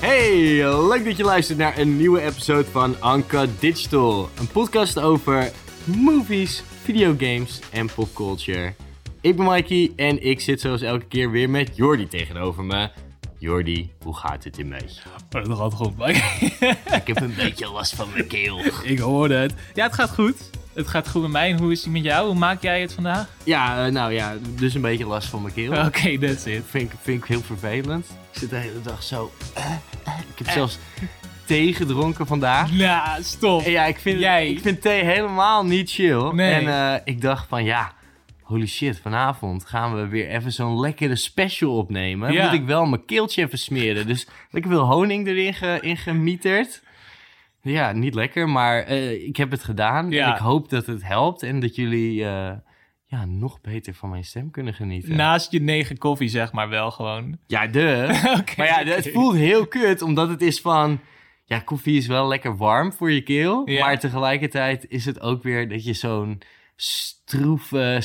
Hey, leuk dat je luistert naar een nieuwe episode van Uncut Digital. Een podcast over movies, videogames en popculture. Ik ben Mikey en ik zit zoals elke keer weer met Jordi tegenover me. Jordi, hoe gaat het ermee? Oh, dat gaat goed, Mikey. Ik heb een beetje last van mijn keel. Ik hoorde het. Ja, het gaat goed. Het gaat goed met mij. En hoe is het met jou? Hoe maak jij het vandaag? Ja, dus een beetje last van mijn keel. Oké, that's it. Vind ik heel vervelend. Ik zit de hele dag zo... Ik heb zelfs thee gedronken vandaag. Nou, stop. En ja, ik vind thee helemaal niet chill. Nee. En ik dacht van ja, holy shit, vanavond gaan we weer even zo'n lekkere special opnemen. Ja. Moet ik wel mijn keeltje even smeren. Dus lekker veel honing erin gemieterd. Ja, niet lekker, maar ik heb het gedaan. Ja. En ik hoop dat het helpt en dat jullie nog beter van mijn stem kunnen genieten. Naast je 9 koffie, zeg maar wel gewoon. Ja, Oké, maar ja, oké. het voelt heel kut, omdat het is van... Ja, koffie is wel lekker warm voor je keel. Ja. Maar tegelijkertijd is het ook weer dat je zo'n stroeve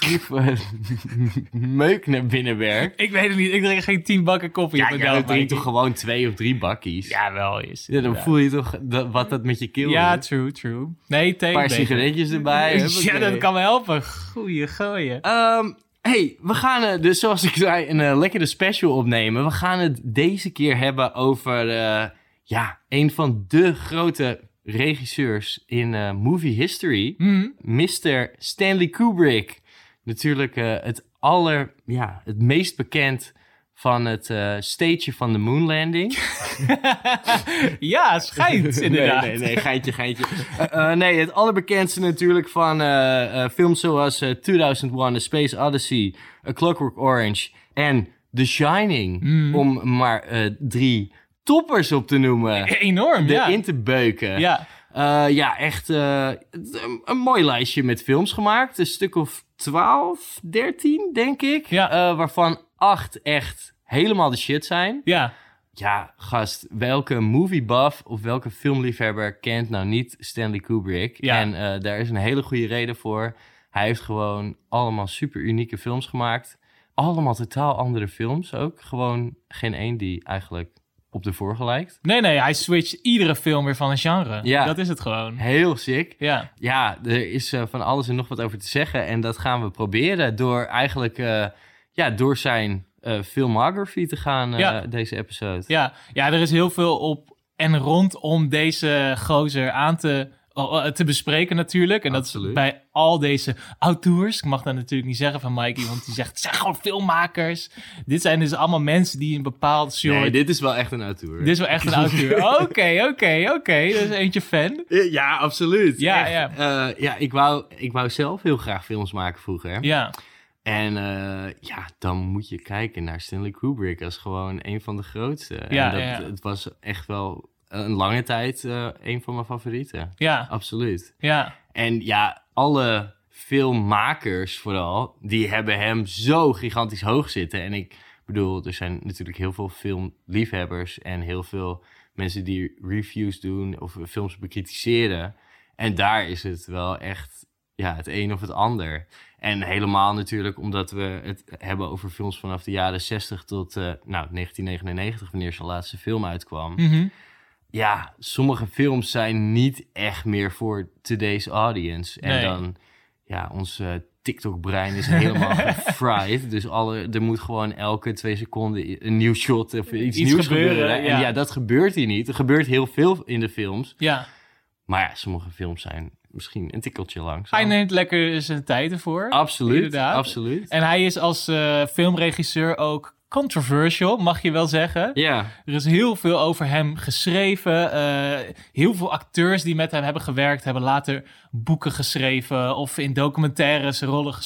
meuk naar binnen werkt. Ik weet het niet. Ik drink geen 10 bakken koffie Ja, op een je dag, drinkt Mikey. toch gewoon 2 of 3 bakkies? Ja, wel eens. Ja, dan voel je toch wat dat met je keel Ja, doet. true. Nee, thee. Een paar beter. sigaretjes erbij. Ja, huppakee. dat kan me helpen. Goeie gooien. Hey, we gaan dus zoals ik zei een lekkere special opnemen. We gaan het deze keer hebben over een van de grote regisseurs in movie history. Mr. Stanley Kubrick. Natuurlijk het meest bekend van het stageje van de moonlanding. Ja, schijnt inderdaad. Nee, geintje. Nee, het allerbekendste natuurlijk van films zoals 2001: A Space Odyssey, A Clockwork Orange en The Shining. Om maar 3 toppers op te noemen. Enorm, ja. Erin te beuken. Ja. Echt een mooi lijstje met films gemaakt. Een stuk of 12, 13, denk ik. Ja. Waarvan 8 echt helemaal de shit zijn. Ja. Ja, gast, welke movie buff of welke filmliefhebber kent nou niet Stanley Kubrick? Ja. En daar is een hele goede reden voor. Hij heeft gewoon allemaal super unieke films gemaakt. Allemaal totaal andere films ook. Gewoon geen één die eigenlijk op de vorige lijkt. Nee, hij switcht iedere film weer van een genre. Ja. Dat is het gewoon. Heel sick. Ja. Ja, er is van alles en nog wat over te zeggen. En dat gaan we proberen door eigenlijk door zijn filmography te gaan deze episode. Ja, er is heel veel op en rondom deze gozer aan te bespreken natuurlijk. En Absoluut. dat is bij al deze auteurs. Ik mag dat natuurlijk niet zeggen van Mikey, want die zegt, het zijn gewoon filmmakers. Dit zijn dus allemaal mensen die een bepaald soort... Nee, dit is wel echt een auteur. Dit is wel echt een auteur. Oké. Dat is eentje fan. Ja, absoluut. Ja, echt. ja. Ik wou zelf heel graag films maken vroeger. Ja, En dan moet je kijken naar Stanley Kubrick als gewoon een van de grootste. Ja, en het was echt wel een lange tijd een van mijn favorieten. ja, Absoluut. ja. En ja, alle filmmakers vooral, die hebben hem zo gigantisch hoog zitten. En ik bedoel, er zijn natuurlijk heel veel filmliefhebbers en heel veel mensen die reviews doen of films bekritiseren. En daar is het wel echt het een of het ander. En helemaal natuurlijk omdat we het hebben over films vanaf de jaren 60 tot 1999, wanneer zijn laatste film uitkwam. Mhm. Ja, sommige films zijn niet echt meer voor today's audience. En Nee. dan, ons TikTok-brein is helemaal gefried. Dus er moet gewoon elke 2 seconden een nieuw shot of iets nieuws gebeuren. ja. En dat gebeurt hier niet. Er gebeurt heel veel in de films. Ja. Maar ja, sommige films zijn misschien een tikkeltje lang. Hij neemt lekker zijn tijd ervoor. Absoluut, Inderdaad. absoluut. En hij is als filmregisseur ook controversial, mag je wel zeggen. Ja, Er is heel veel over hem geschreven. Heel veel acteurs die met hem hebben gewerkt, hebben later boeken geschreven of in documentaires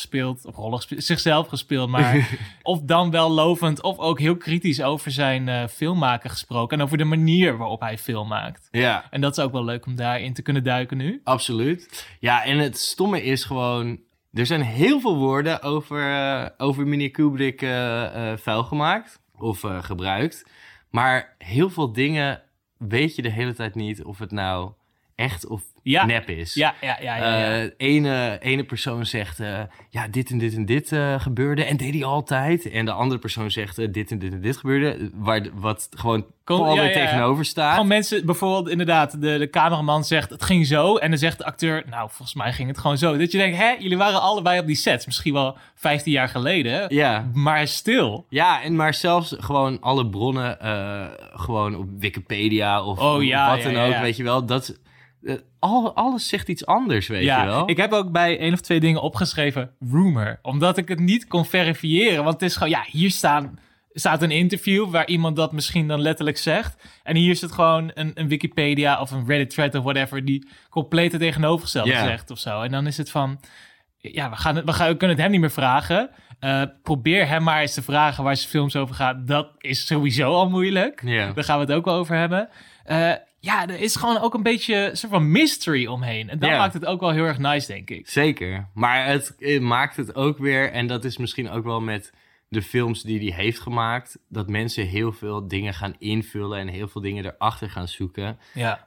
zichzelf gespeeld, maar of dan wel lovend of ook heel kritisch over zijn filmmaken gesproken en over de manier waarop hij film maakt. ja. En dat is ook wel leuk om daarin te kunnen duiken nu. Absoluut. Ja, en het stomme is gewoon... Er zijn heel veel woorden over meneer Kubrick vuil gemaakt of gebruikt. Maar heel veel dingen weet je de hele tijd niet of het nou echt of nep is. Ja. Ene persoon zegt, dit en dit en dit gebeurde en deed hij altijd. En de andere persoon zegt, dit en dit en dit gebeurde. Wat gewoon alweer tegenover staat. Gewoon mensen, bijvoorbeeld inderdaad, de cameraman zegt, het ging zo. En dan zegt de acteur, nou, volgens mij ging het gewoon zo. Dat je denkt, jullie waren allebei op die sets. Misschien wel 15 jaar geleden. Ja. Maar stil. Ja, maar zelfs gewoon alle bronnen, gewoon op Wikipedia of wat dan ook, weet je wel. Alles zegt iets anders, weet je wel. Ik heb ook bij 1 of 2 dingen opgeschreven rumor. Omdat ik het niet kon verifiëren. Want het is gewoon, hier staat een interview waar iemand dat misschien dan letterlijk zegt. En hier is het gewoon een Wikipedia of een Reddit thread of whatever die compleet het tegenovergestelde zegt of zo. En dan is het van, we kunnen het hem niet meer vragen. Probeer hem maar eens te vragen waar zijn films over gaat. Dat is sowieso al moeilijk. Yeah. Daar gaan we het ook wel over hebben. Er is gewoon ook een beetje een soort van mystery omheen. En dat maakt het ook wel heel erg nice, denk ik. Zeker. Maar het maakt het ook weer, en dat is misschien ook wel met de films die hij heeft gemaakt, dat mensen heel veel dingen gaan invullen en heel veel dingen erachter gaan zoeken.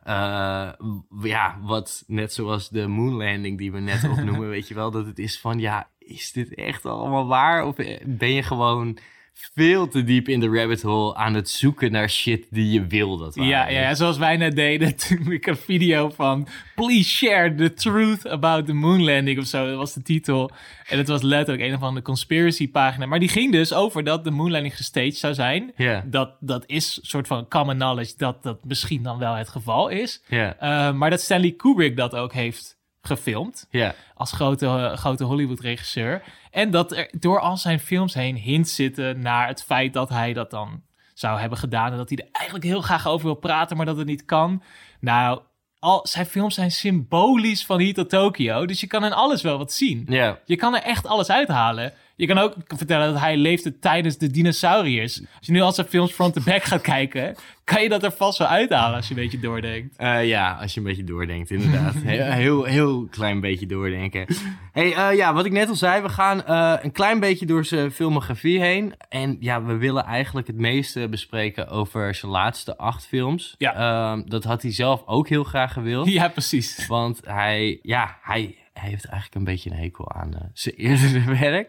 Wat net zoals de moonlanding die we net opnoemen, weet je wel, dat het is van, is dit echt allemaal waar? Of ben je gewoon veel te diep in de rabbit hole aan het zoeken naar shit die je wil dat waar ja, zoals wij net deden toen ik een video van please share the truth about the moon landing of zo, dat was de titel. En het was letterlijk een of andere conspiracy pagina, maar die ging dus over dat de moon landing gestaged zou zijn. Dat is een soort van common knowledge dat misschien dan wel het geval is. Maar dat Stanley Kubrick dat ook heeft gefilmd. Als grote Hollywood-regisseur. En dat er door al zijn films heen hints zitten naar het feit dat hij dat dan zou hebben gedaan. En dat hij er eigenlijk heel graag over wil praten, maar dat het niet kan. Nou, zijn films zijn symbolisch van hier tot Tokio. Dus je kan in alles wel wat zien. Je kan er echt alles uithalen. Je kan ook vertellen dat hij leefde tijdens de dinosauriërs. Als je nu al zijn films front to back gaat kijken, kan je dat er vast wel uithalen als je een beetje doordenkt. Als je een beetje doordenkt, inderdaad. heel klein beetje doordenken. Wat ik net al zei, we gaan een klein beetje door zijn filmografie heen. En we willen eigenlijk het meeste bespreken over zijn laatste 8 films. Dat had hij zelf ook heel graag gewild. Ja, precies. Want hij heeft eigenlijk een beetje een hekel aan zijn eerdere werk.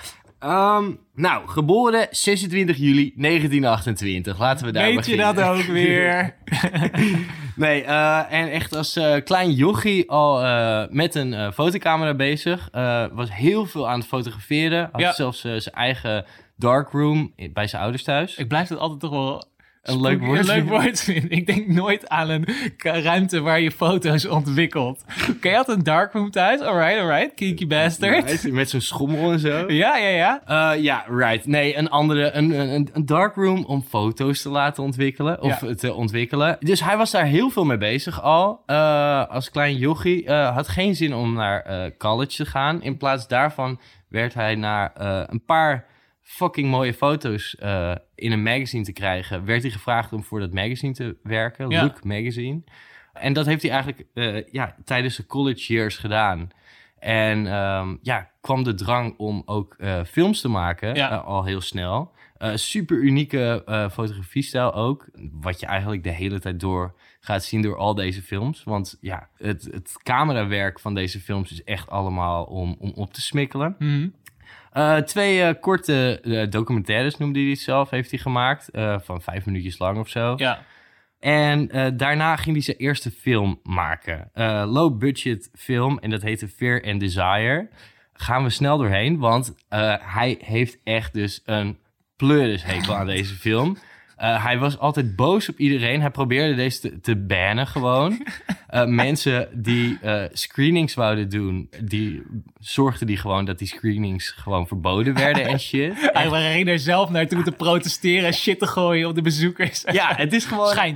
Geboren 26 juli 1928. Laten we daar beginnen. Weet je dat ook weer? Nee, en echt als klein jochie al met een fotocamera bezig. Was heel veel aan het fotograferen. Had zelfs zijn eigen darkroom bij zijn ouders thuis. Ik blijf het altijd toch wel een leuk woord vinden. Ik denk nooit aan een ruimte waar je foto's ontwikkelt. Oké, je had een darkroom thuis. Alright. Kinky bastard. Nice, met zo'n schommel en zo. Ja. Right. Nee, een darkroom om foto's te laten ontwikkelen. Of te ontwikkelen. Dus hij was daar heel veel mee bezig al. Als klein jochie. Had geen zin om naar college te gaan. In plaats daarvan werd hij naar een paar fucking mooie foto's in een magazine te krijgen, werd hij gevraagd om voor dat magazine te werken, Look Magazine. En dat heeft hij eigenlijk tijdens de college years gedaan. En kwam de drang om ook films te maken al heel snel. Super unieke fotografiestijl ook, wat je eigenlijk de hele tijd door gaat zien door al deze films. Want het camerawerk van deze films is echt allemaal om op te smikkelen. Mm-hmm. 2 korte documentaires noemde hij het zelf, heeft hij gemaakt. Van 5 minuutjes lang of zo. En daarna ging hij zijn eerste film maken. Low budget film en dat heette Fear and Desire. Gaan we snel doorheen, want hij heeft echt dus een pleurishekel aan deze film. Hij was altijd boos op iedereen. Hij probeerde deze te bannen gewoon. Mensen die screenings wouden doen, die zorgden die gewoon dat die screenings gewoon verboden werden en shit. Hij ging er zelf naartoe te protesteren en shit te gooien op de bezoekers. Ja, het is gewoon... Schijnt.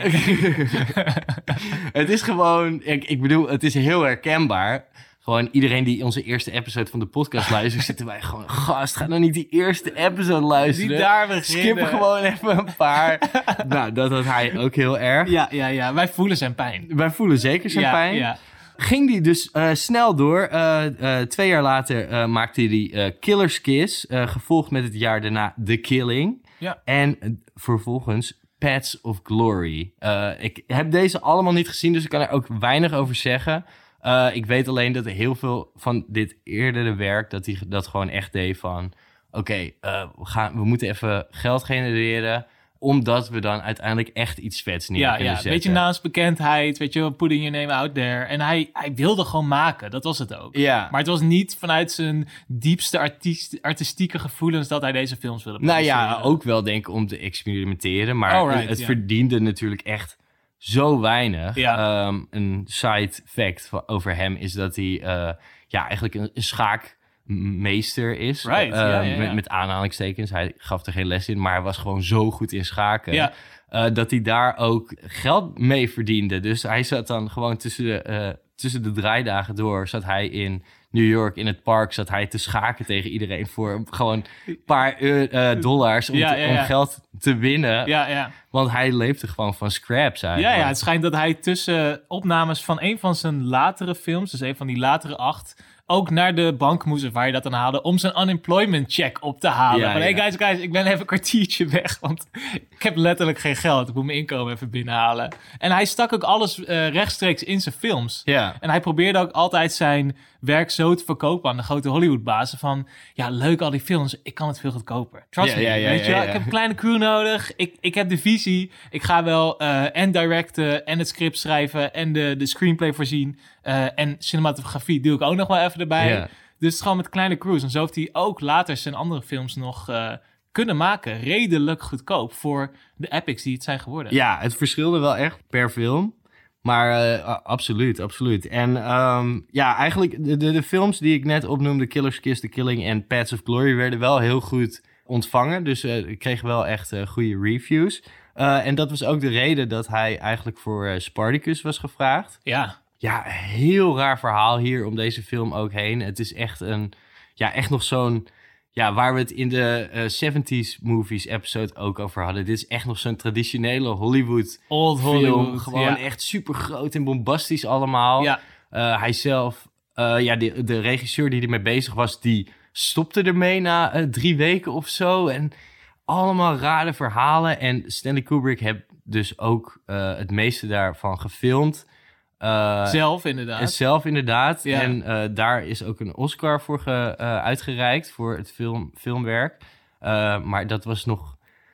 Het is gewoon... Ik bedoel, het is heel herkenbaar. Gewoon iedereen die onze eerste episode van de podcast luistert, zitten wij gewoon, gast, ga nou niet die eerste episode luisteren. Niet daar beginnen. Skip er gewoon even een paar. Nou, dat had hij ook heel erg. Ja. Wij voelen zijn pijn. Wij voelen zeker zijn pijn. Ja. Ging die dus snel door. 2 jaar later maakte hij Killer's Kiss, gevolgd met het jaar daarna The Killing. Ja. En vervolgens Paths of Glory. Ik heb deze allemaal niet gezien, dus ik kan er ook weinig over zeggen. Ik weet alleen dat er heel veel van dit eerdere werk, dat hij dat gewoon echt deed van... Oké, we moeten even geld genereren, omdat we dan uiteindelijk echt iets vets neer kunnen zetten. Een beetje naamsbekendheid, weet je wel, putting your name out there. En hij wilde gewoon maken, dat was het ook. Ja. Maar het was niet vanuit zijn diepste artistieke gevoelens dat hij deze films wilde produceren. Nou ja, ook wel denk ik om te experimenteren, maar het verdiende natuurlijk echt zo weinig. Ja. Een side fact over hem is dat hij eigenlijk een schaakmeester is. Right, Met aanhalingstekens. Hij gaf er geen les in, maar hij was gewoon zo goed in schaken. Dat hij daar ook geld mee verdiende. Dus hij zat dan gewoon tussen de draaidagen door, zat hij in New York in het park, zat hij te schaken tegen iedereen voor gewoon een paar dollars om geld te winnen. Ja. Want hij leefde gewoon van scraps eigenlijk. Ja, het schijnt dat hij tussen opnames van een van zijn latere films, dus een van die latere 8, ook naar de bank moest, waar je dat dan haalde, om zijn unemployment check op te halen. Hey guys, ik ben even een kwartiertje weg, want ik heb letterlijk geen geld. Ik moet mijn inkomen even binnenhalen. En hij stak ook alles rechtstreeks in zijn films. Ja. En hij probeerde ook altijd zijn werk zo te verkopen aan de grote Hollywoodbazen van, ja, leuk al die films, ik kan het veel goedkoper. Trust me, weet je wel? Ik heb een kleine crew nodig, ik heb de visie, ik ga wel en directen en het script schrijven en de screenplay voorzien en cinematografie doe ik ook nog wel even erbij. Yeah. Dus het gewoon met kleine crews. En zo heeft hij ook later zijn andere films nog kunnen maken, redelijk goedkoop voor de epics die het zijn geworden. Ja, het verschilde wel echt per film. Maar absoluut. En eigenlijk de films die ik net opnoemde, Killer's Kiss, The Killing en Paths of Glory, werden wel heel goed ontvangen. Dus ik kreeg wel echt goede reviews. En dat was ook de reden dat hij eigenlijk voor Spartacus was gevraagd. Ja. Ja, heel raar verhaal hier om deze film ook heen. Het is echt echt nog zo'n... Ja, waar we het in de 70s movies episode ook over hadden. Dit is echt nog zo'n traditionele Hollywood Old film. Hollywood, Gewoon echt super groot en bombastisch allemaal. Ja. Hij zelf, de regisseur die ermee bezig was, die stopte ermee na 3 weken of zo. En allemaal rare verhalen. En Stanley Kubrick heeft dus ook het meeste daarvan gefilmd. Zelf inderdaad. Ja. En daar is ook een Oscar voor uitgereikt voor het filmwerk. Maar dat was nog...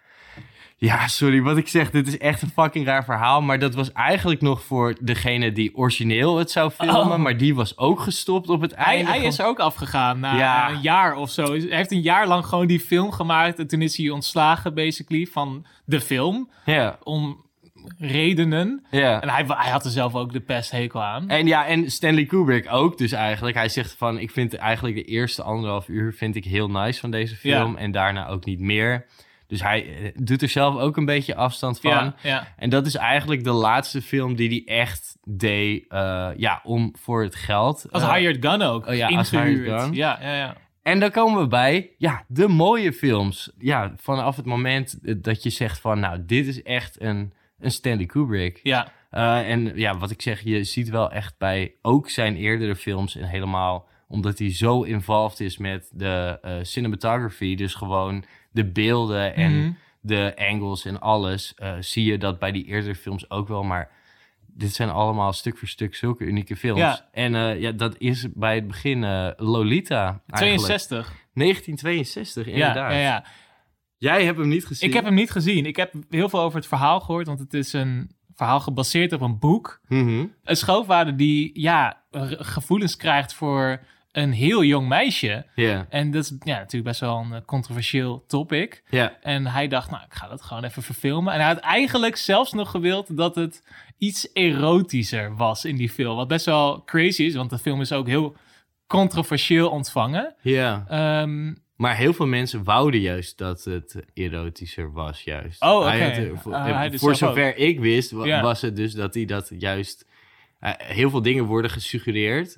Ja, sorry wat ik zeg. Dit is echt een fucking raar verhaal. Maar dat was eigenlijk nog voor degene die origineel het zou filmen. Maar die was ook gestopt op het einde. Hij is er ook afgegaan na een jaar of zo. Hij heeft een jaar lang gewoon die film gemaakt. En toen is hij ontslagen basically van de film. Ja. Om redenen. Ja. En hij had er zelf ook de pesthekel aan. En Stanley Kubrick ook dus eigenlijk. Hij zegt van, ik vind eigenlijk de eerste 1,5 uur vind ik heel nice van deze film. Ja. En daarna ook niet meer. Dus hij doet er zelf ook een beetje afstand van. Ja. En dat is eigenlijk de laatste film die hij echt deed om voor het geld. Als hired gun ook. Als hired gun. Ja. En dan komen we bij de mooie films. Ja, vanaf het moment dat je zegt van, nou, dit is echt een Stanley Kubrick. Ja. En wat ik zeg, je ziet wel echt bij ook zijn eerdere films en helemaal omdat hij zo involved is met de cinematography, dus gewoon de beelden en de angles en alles, zie je dat bij die eerdere films ook wel. Maar dit zijn allemaal stuk voor stuk zulke unieke films. Ja. En dat is bij het begin Lolita 62. 1962, inderdaad. Ja. Jij hebt hem niet gezien? Ik heb hem niet gezien. Ik heb heel veel over het verhaal gehoord, want het is een verhaal gebaseerd op een boek. Mm-hmm. Een schoonvader die gevoelens krijgt voor een heel jong meisje. Yeah. En dat is natuurlijk best wel een controversieel topic. Yeah. En hij dacht, nou, ik ga dat gewoon even verfilmen. En hij had eigenlijk zelfs nog gewild dat het iets erotischer was in die film. Wat best wel crazy is, want de film is ook heel controversieel ontvangen. Ja. Maar heel veel mensen wouden juist dat het erotischer was, juist. Oh, oké. Voor zover ik wist, was het dus dat hij dat juist... heel veel dingen worden gesuggereerd.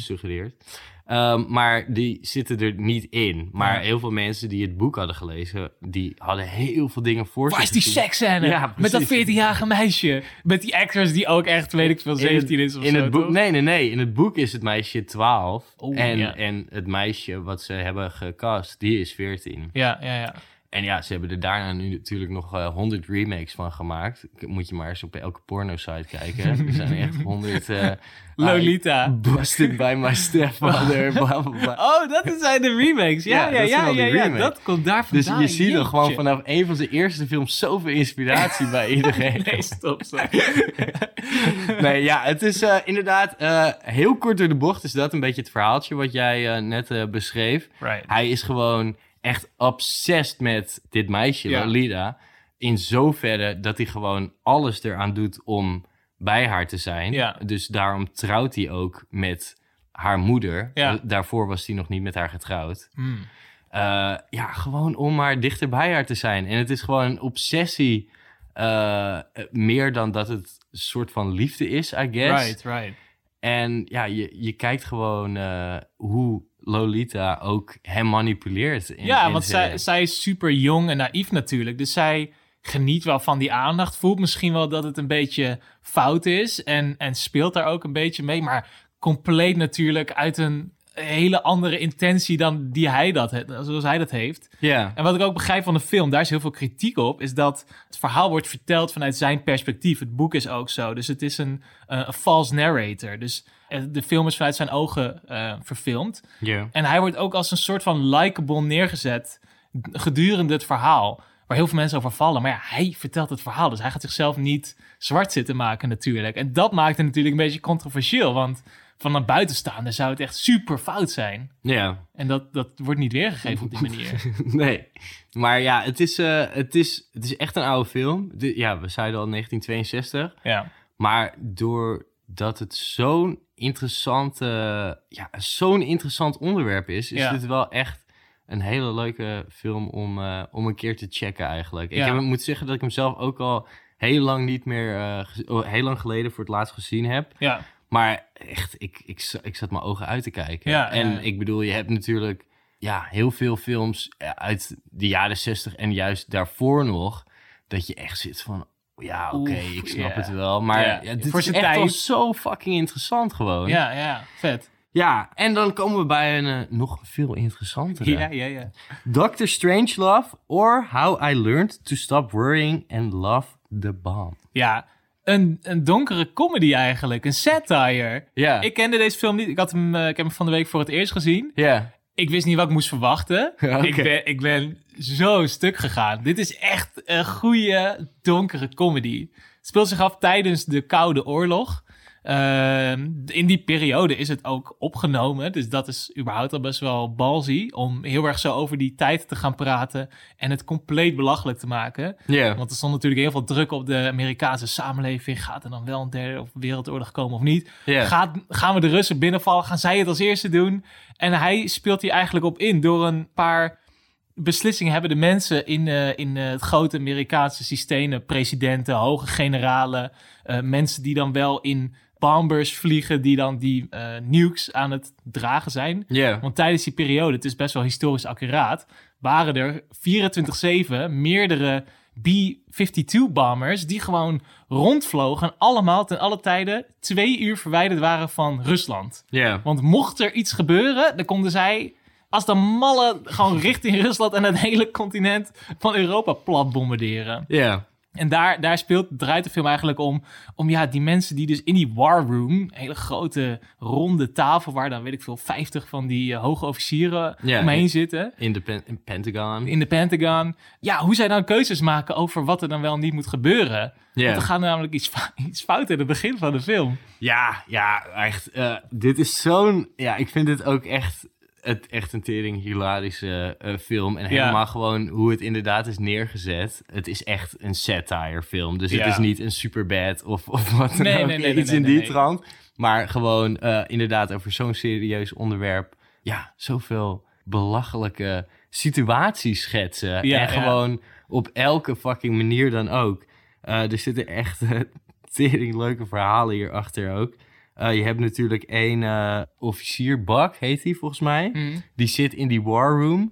Maar die zitten er niet in. Maar heel veel mensen die het boek hadden gelezen, die hadden heel veel dingen voor zich. Waar is die seksscène? Ja, met dat 14-jarige meisje. Met die actors die ook echt, weet ik veel, 17 is of zo. Het boek, nee. In het boek is het meisje 12. Oh, en het meisje wat ze hebben gecast, die is 14. Ja. En ja, ze hebben er daarna nu natuurlijk nog 100 remakes van gemaakt. Moet je maar eens op elke porno-site kijken. Er zijn echt 100... Lolita. Busted by my stepfather. Bla, bla, bla. Oh, dat zijn de remakes. Ja, dat komt daar vandaan. Dus je ziet er gewoon vanaf een van zijn eerste films zoveel inspiratie bij iedereen. Nee, stop. Nee, ja, het is inderdaad heel kort door de bocht. Is dat een beetje het verhaaltje wat jij net beschreef. Right. Hij is gewoon echt obsessed met dit meisje, Ja. Lolita. In zoverre dat hij gewoon alles eraan doet om bij haar te zijn. Ja. Dus daarom trouwt hij ook met haar moeder. Ja. Daarvoor was hij nog niet met haar getrouwd. Hmm. Gewoon om maar dichter bij haar te zijn. En het is gewoon een obsessie. Meer dan dat het een soort van liefde is, I guess. Right. En ja, je kijkt gewoon hoe Lolita ook hem manipuleert. Want zij is super jong en naïef natuurlijk. Dus zij geniet wel van die aandacht. Voelt misschien wel dat het een beetje fout is. En speelt daar ook een beetje mee. Maar compleet natuurlijk uit een hele andere intentie dan zoals hij dat heeft. Ja. En wat ik ook begrijp van de film, daar is heel veel kritiek op, is dat het verhaal wordt verteld vanuit zijn perspectief. Het boek is ook zo. Dus het is een false narrator. Dus de film is vanuit zijn ogen verfilmd. Ja. En hij wordt ook als een soort van likable neergezet gedurende het verhaal. Waar heel veel mensen over vallen. Maar ja, hij vertelt het verhaal. Dus hij gaat zichzelf niet zwart zitten maken natuurlijk. En dat maakt het natuurlijk een beetje controversieel. Want van een buitenstaander zou het echt super fout zijn. Ja. En dat wordt niet weergegeven op die manier. Nee. Maar ja, het is echt een oude film. We zeiden al 1962. Ja. Maar doordat het zo'n interessant onderwerp is dit wel echt een hele leuke film om een keer te checken eigenlijk. Ja. Ik moet zeggen dat ik hem zelf ook al heel lang niet meer, heel lang geleden voor het laatst gezien heb. Ja. Maar echt, ik zat mijn ogen uit te kijken. Ja, en ik bedoel, je hebt natuurlijk heel veel films uit de jaren 60 en juist daarvoor nog, dat je echt zit van, ja, oké, ik snap het wel. Maar dit voor is zijn echt tijd wel zo fucking interessant gewoon. Ja, vet. Ja, en dan komen we bij een nog veel interessantere. Ja. Dr. Strangelove or How I Learned to Stop Worrying and Love the Bomb. Ja, een donkere comedy eigenlijk. Een satire. Ja. Ik kende deze film niet. Ik heb hem van de week voor het eerst gezien. Ja. Ik wist niet wat ik moest verwachten. Okay. Ik ben zo stuk gegaan. Dit is echt een goede donkere comedy. Het speelt zich af tijdens de Koude Oorlog. In die periode is het ook opgenomen. Dus dat is überhaupt al best wel ballsy. Om heel erg zo over die tijd te gaan praten. En het compleet belachelijk te maken. Ja. Want er stond natuurlijk heel veel druk op de Amerikaanse samenleving. Gaat er dan wel een derde wereldoorlog komen of niet? Ja. Gaan we de Russen binnenvallen? Gaan zij het als eerste doen? En hij speelt hier eigenlijk op in door een paar beslissingen hebben de mensen in het grote Amerikaanse systeem, presidenten, hoge generalen, mensen die dan wel in bombers vliegen, die dan die nukes aan het dragen zijn. Yeah. Want tijdens die periode, het is best wel historisch accuraat, waren er 24/7 meerdere B-52-bombers die gewoon rondvlogen en allemaal ten alle tijden 2 uur verwijderd waren van Rusland. Yeah. Want mocht er iets gebeuren, dan konden zij als de mallen gewoon richting Rusland en het hele continent van Europa plat bombarderen. Ja. En daar draait de film eigenlijk om die mensen die dus in die war room, een hele grote ronde tafel waar dan weet ik veel 50 van die hoge officieren omheen zitten. In de Pentagon. In de Pentagon. Ja, hoe zij dan keuzes maken over wat er dan wel niet moet gebeuren. Want er gaat namelijk iets fout in het begin van de film. Ja, echt. Dit is zo'n... Ja, ik vind dit ook echt een tering hilarische film. En helemaal gewoon hoe het inderdaad is neergezet. Het is echt een satire film. Dus het is niet een Superbad of wat dan ook. Iets in die trant. Maar gewoon inderdaad over zo'n serieus onderwerp. Ja, zoveel belachelijke situaties schetsen. En gewoon op elke fucking manier dan ook. Er zitten echt tering leuke verhalen hierachter ook. Je hebt natuurlijk één officier, Buck heet hij volgens mij. Mm. Die zit in die war room.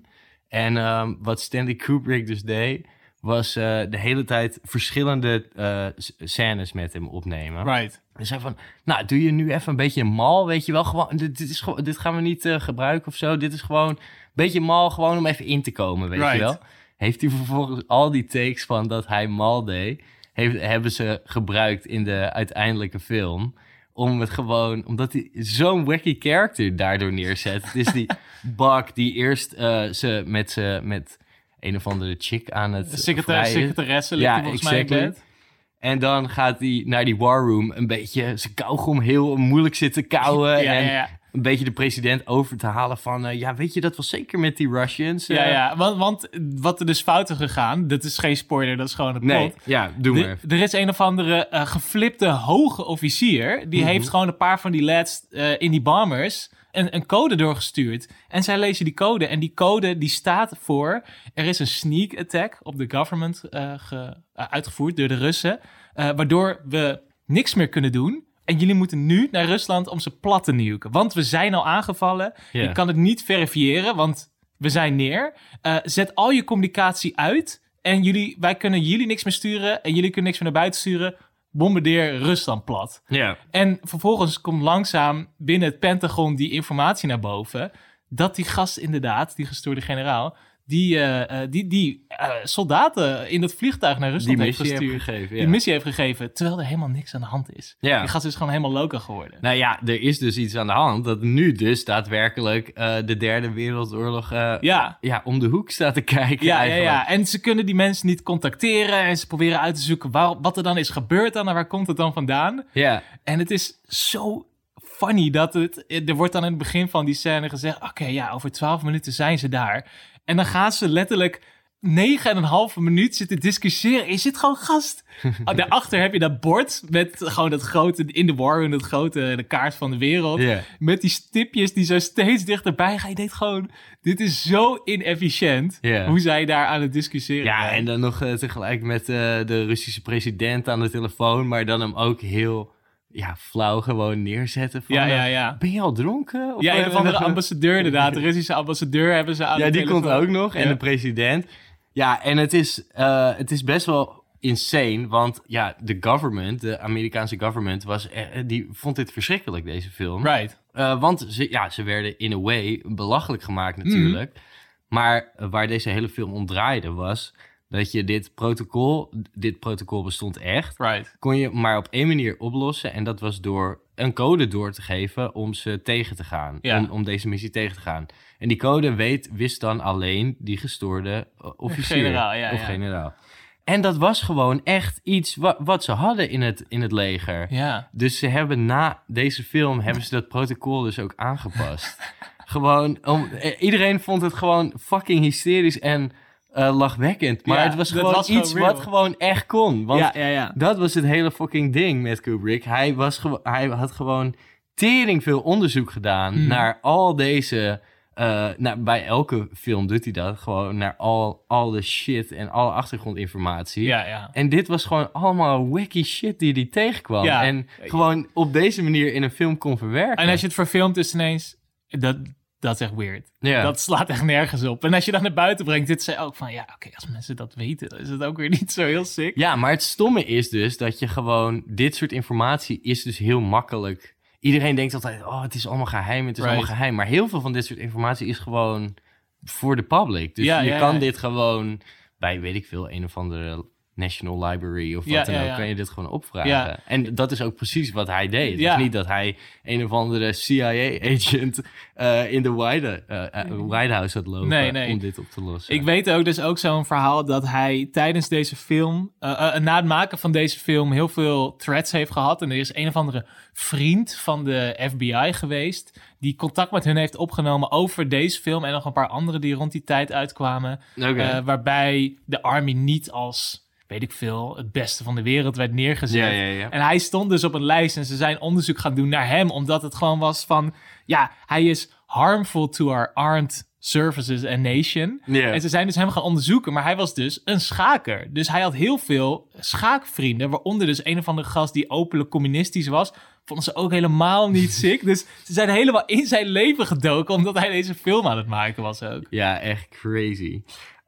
En wat Stanley Kubrick dus deed, was de hele tijd verschillende scènes met hem opnemen. Right. Dus hij van, nou, doe je nu even een beetje mal, weet je wel. Gewoon, dit gaan we niet gebruiken of zo. Dit is gewoon een beetje mal, gewoon om even in te komen, weet je wel. heeft hij vervolgens al die takes van dat hij mal deed, hebben ze gebruikt in de uiteindelijke film. Omdat hij zo'n wacky character daardoor neerzet. Het is die Buck die eerst ze met een of andere chick aan het secretaresse ligt volgens mij in bed. En dan gaat hij naar die war room een beetje zijn kauwgom heel moeilijk zitten kauwen. en een beetje de president over te halen van... weet je, dat was zeker met die Russians. Want wat er dus fout is gegaan... Dat is geen spoiler, dat is gewoon het plot. Nee, ja, doe maar. Er is een of andere geflipte hoge officier... Die heeft gewoon een paar van die lads in die bombers... Een code doorgestuurd. En zij lezen die code. En die code die staat voor... Er is een sneak attack op de government uitgevoerd door de Russen. Waardoor we niks meer kunnen doen. En jullie moeten nu naar Rusland om ze plat te nuken. Want we zijn al aangevallen. Je kan het niet verifiëren, want we zijn neer. Zet al je communicatie uit. En wij kunnen jullie niks meer sturen. En jullie kunnen niks meer naar buiten sturen. Bombardeer Rusland plat. Ja. En vervolgens komt langzaam binnen het Pentagon die informatie naar boven. Dat die gast inderdaad, die gestoorde generaal... die soldaten in dat vliegtuig naar Rusland heeft gestuurd. Die missie heeft gegeven, terwijl er helemaal niks aan de hand is. Ja. Die gast is gewoon helemaal loco geworden. Nou ja, er is dus iets aan de hand dat nu dus daadwerkelijk de Derde Wereldoorlog om de hoek staat te kijken. Ja. En ze kunnen die mensen niet contacteren en ze proberen uit te zoeken wat er dan is gebeurd dan en waar komt het dan vandaan. Ja. En het is zo funny dat er wordt dan in het begin van die scène gezegd, oké, over 12 minuten zijn ze daar. En dan gaan ze letterlijk 9,5 minuut zitten discussiëren. Je zit gewoon gast. Daarachter heb je dat bord met gewoon dat grote, in de war room, de kaart van de wereld. Yeah. Met die stipjes die zo steeds dichterbij gaan. Je denkt gewoon, dit is zo inefficiënt. Yeah. Hoe zij daar aan het discussiëren zijn. En dan nog tegelijk met de Russische president aan de telefoon. Maar dan hem ook heel... flauw gewoon neerzetten. Van, ben je al dronken? Of een of andere ambassadeur inderdaad. De Russische ambassadeur hebben ze aan de telefoon. Die komt ook nog. En de president. Ja, en het is best wel insane. Want de Amerikaanse government die vond dit verschrikkelijk, deze film. Right. Want ze werden in a way belachelijk gemaakt natuurlijk. Maar waar deze hele film om draaide was... dat je dit protocol bestond echt, kon je maar op één manier oplossen. En dat was door een code door te geven om ze tegen te gaan. Om deze missie tegen te gaan. En die code wist dan alleen die gestoorde officier generaal. En dat was gewoon echt iets wat ze hadden in het leger. Ja. Dus ze hebben na deze film dat protocol dus ook aangepast. Iedereen vond het gewoon fucking hysterisch en... lachwekkend. Maar het was gewoon iets wat gewoon echt kon. Want dat was het hele fucking ding met Kubrick. Hij had gewoon tering veel onderzoek gedaan naar al deze... bij elke film doet hij dat. Gewoon naar al de shit en alle achtergrondinformatie. Ja. En dit was gewoon allemaal wacky shit die hij tegenkwam. Ja. En gewoon op deze manier in een film kon verwerken. En als je het verfilmt is ineens... Dat is echt weird. Yeah. Dat slaat echt nergens op. En als je dat naar buiten brengt, dit zei ook van... als mensen dat weten, dan is het ook weer niet zo heel sick. Ja, maar het stomme is dus dat je gewoon... Dit soort informatie is dus heel makkelijk. Iedereen denkt altijd, het is allemaal geheim, het is allemaal geheim. Maar heel veel van dit soort informatie is gewoon voor de public. Dus je kan dit gewoon bij, weet ik veel, een of andere... National Library of wat dan ook, kan je dit gewoon opvragen. Ja. En dat is ook precies wat hij deed. Het is niet dat hij een of andere CIA-agent in de White House had lopen om dit op te lossen. Ik weet ook, dus ook zo'n verhaal dat hij tijdens deze film, na het maken van deze film, heel veel threats heeft gehad. En er is een of andere vriend van de FBI geweest die contact met hun heeft opgenomen over deze film en nog een paar andere die rond die tijd uitkwamen. Okay. Waarbij de Army niet als... weet ik veel, het beste van de wereld werd neergezet. Ja. En hij stond dus op een lijst en ze zijn onderzoek gaan doen naar hem, omdat het gewoon was van, hij is harmful to our armed services and nation. Yeah. En ze zijn dus hem gaan onderzoeken, maar hij was dus een schaker. Dus hij had heel veel schaakvrienden, waaronder dus een of andere gast die openlijk communistisch was. Vonden ze ook helemaal niet sick. Dus ze zijn helemaal in zijn leven gedoken, omdat hij deze film aan het maken was ook. Ja, echt crazy.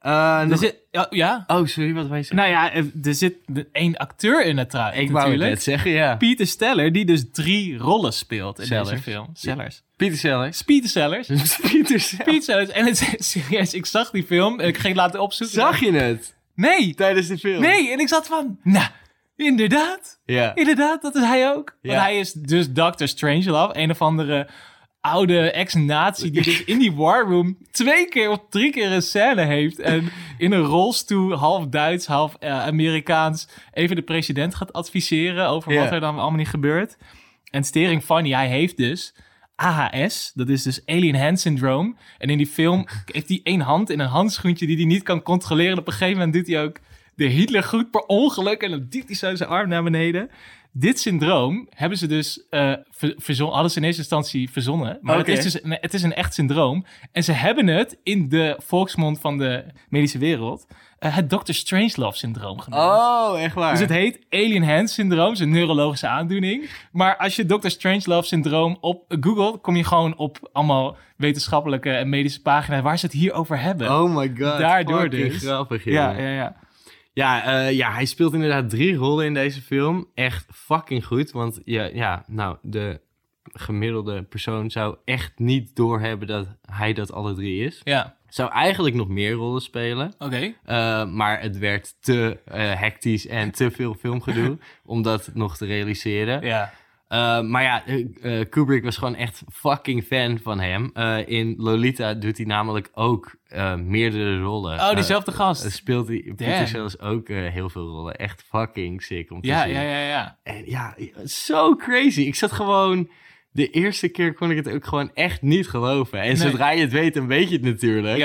Oh, sorry, wat wij zeggen? Nou ja, er zit één acteur in het Ik wou het net zeggen, ja. Peter Steller, die dus 3 rollen speelt in deze film. Sellers. Peter Sellers. Peter Sellers. Peter Sellers. Peter Sellers. En het is serieus, ik zag die film en ik ging het laten opzoeken. Zag je het? Nee. Tijdens de film? Nee, en ik zat van, nou, inderdaad. Ja. Inderdaad, dat is hij ook. Ja. Want hij is dus Dr. Strangelove, een of andere oude ex-nazi die dus in die war room 2 keer of 3 keer een scène heeft en in een rolstoel, half Duits, half Amerikaans, even de president gaat adviseren over wat er dan allemaal niet gebeurt. En stering funny, hij heeft dus AHS, dat is dus Alien Hand Syndrome. En in die film heeft hij 1 hand in een handschoentje die hij niet kan controleren. En op een gegeven moment doet hij ook de Hitlergroet per ongeluk en dan duwt hij zo zijn arm naar beneden. Dit syndroom hebben ze dus hadden ze in eerste instantie verzonnen. Maar het is een echt syndroom. En ze hebben het in de volksmond van de medische wereld het Dr. Strangelove syndroom genoemd. Oh, echt waar? Dus het heet Alien Hand syndroom. Het is een neurologische aandoening. Maar als je Dr. Strangelove syndroom op Google, kom je gewoon op allemaal wetenschappelijke en medische pagina's waar ze het hier over hebben. Oh my god. Daardoor dus. Grappig, Ja. Ja, hij speelt inderdaad 3 rollen in deze film. Echt fucking goed. Want de gemiddelde persoon zou echt niet doorhebben dat hij dat alle 3 is. Ja. Zou eigenlijk nog meer rollen spelen. Oké. Maar het werd te hectisch en te veel filmgedoe om dat nog te realiseren. Ja. Kubrick was gewoon echt fucking fan van hem. In Lolita doet hij namelijk ook meerdere rollen. Oh, diezelfde gast. Speelt hij Peter Sellers ook heel veel rollen. Echt fucking sick om te zien. Ja. En ja, zo crazy. Ik zat gewoon... De eerste keer kon ik het ook gewoon echt niet geloven. En zodra je het weet, dan weet je het natuurlijk.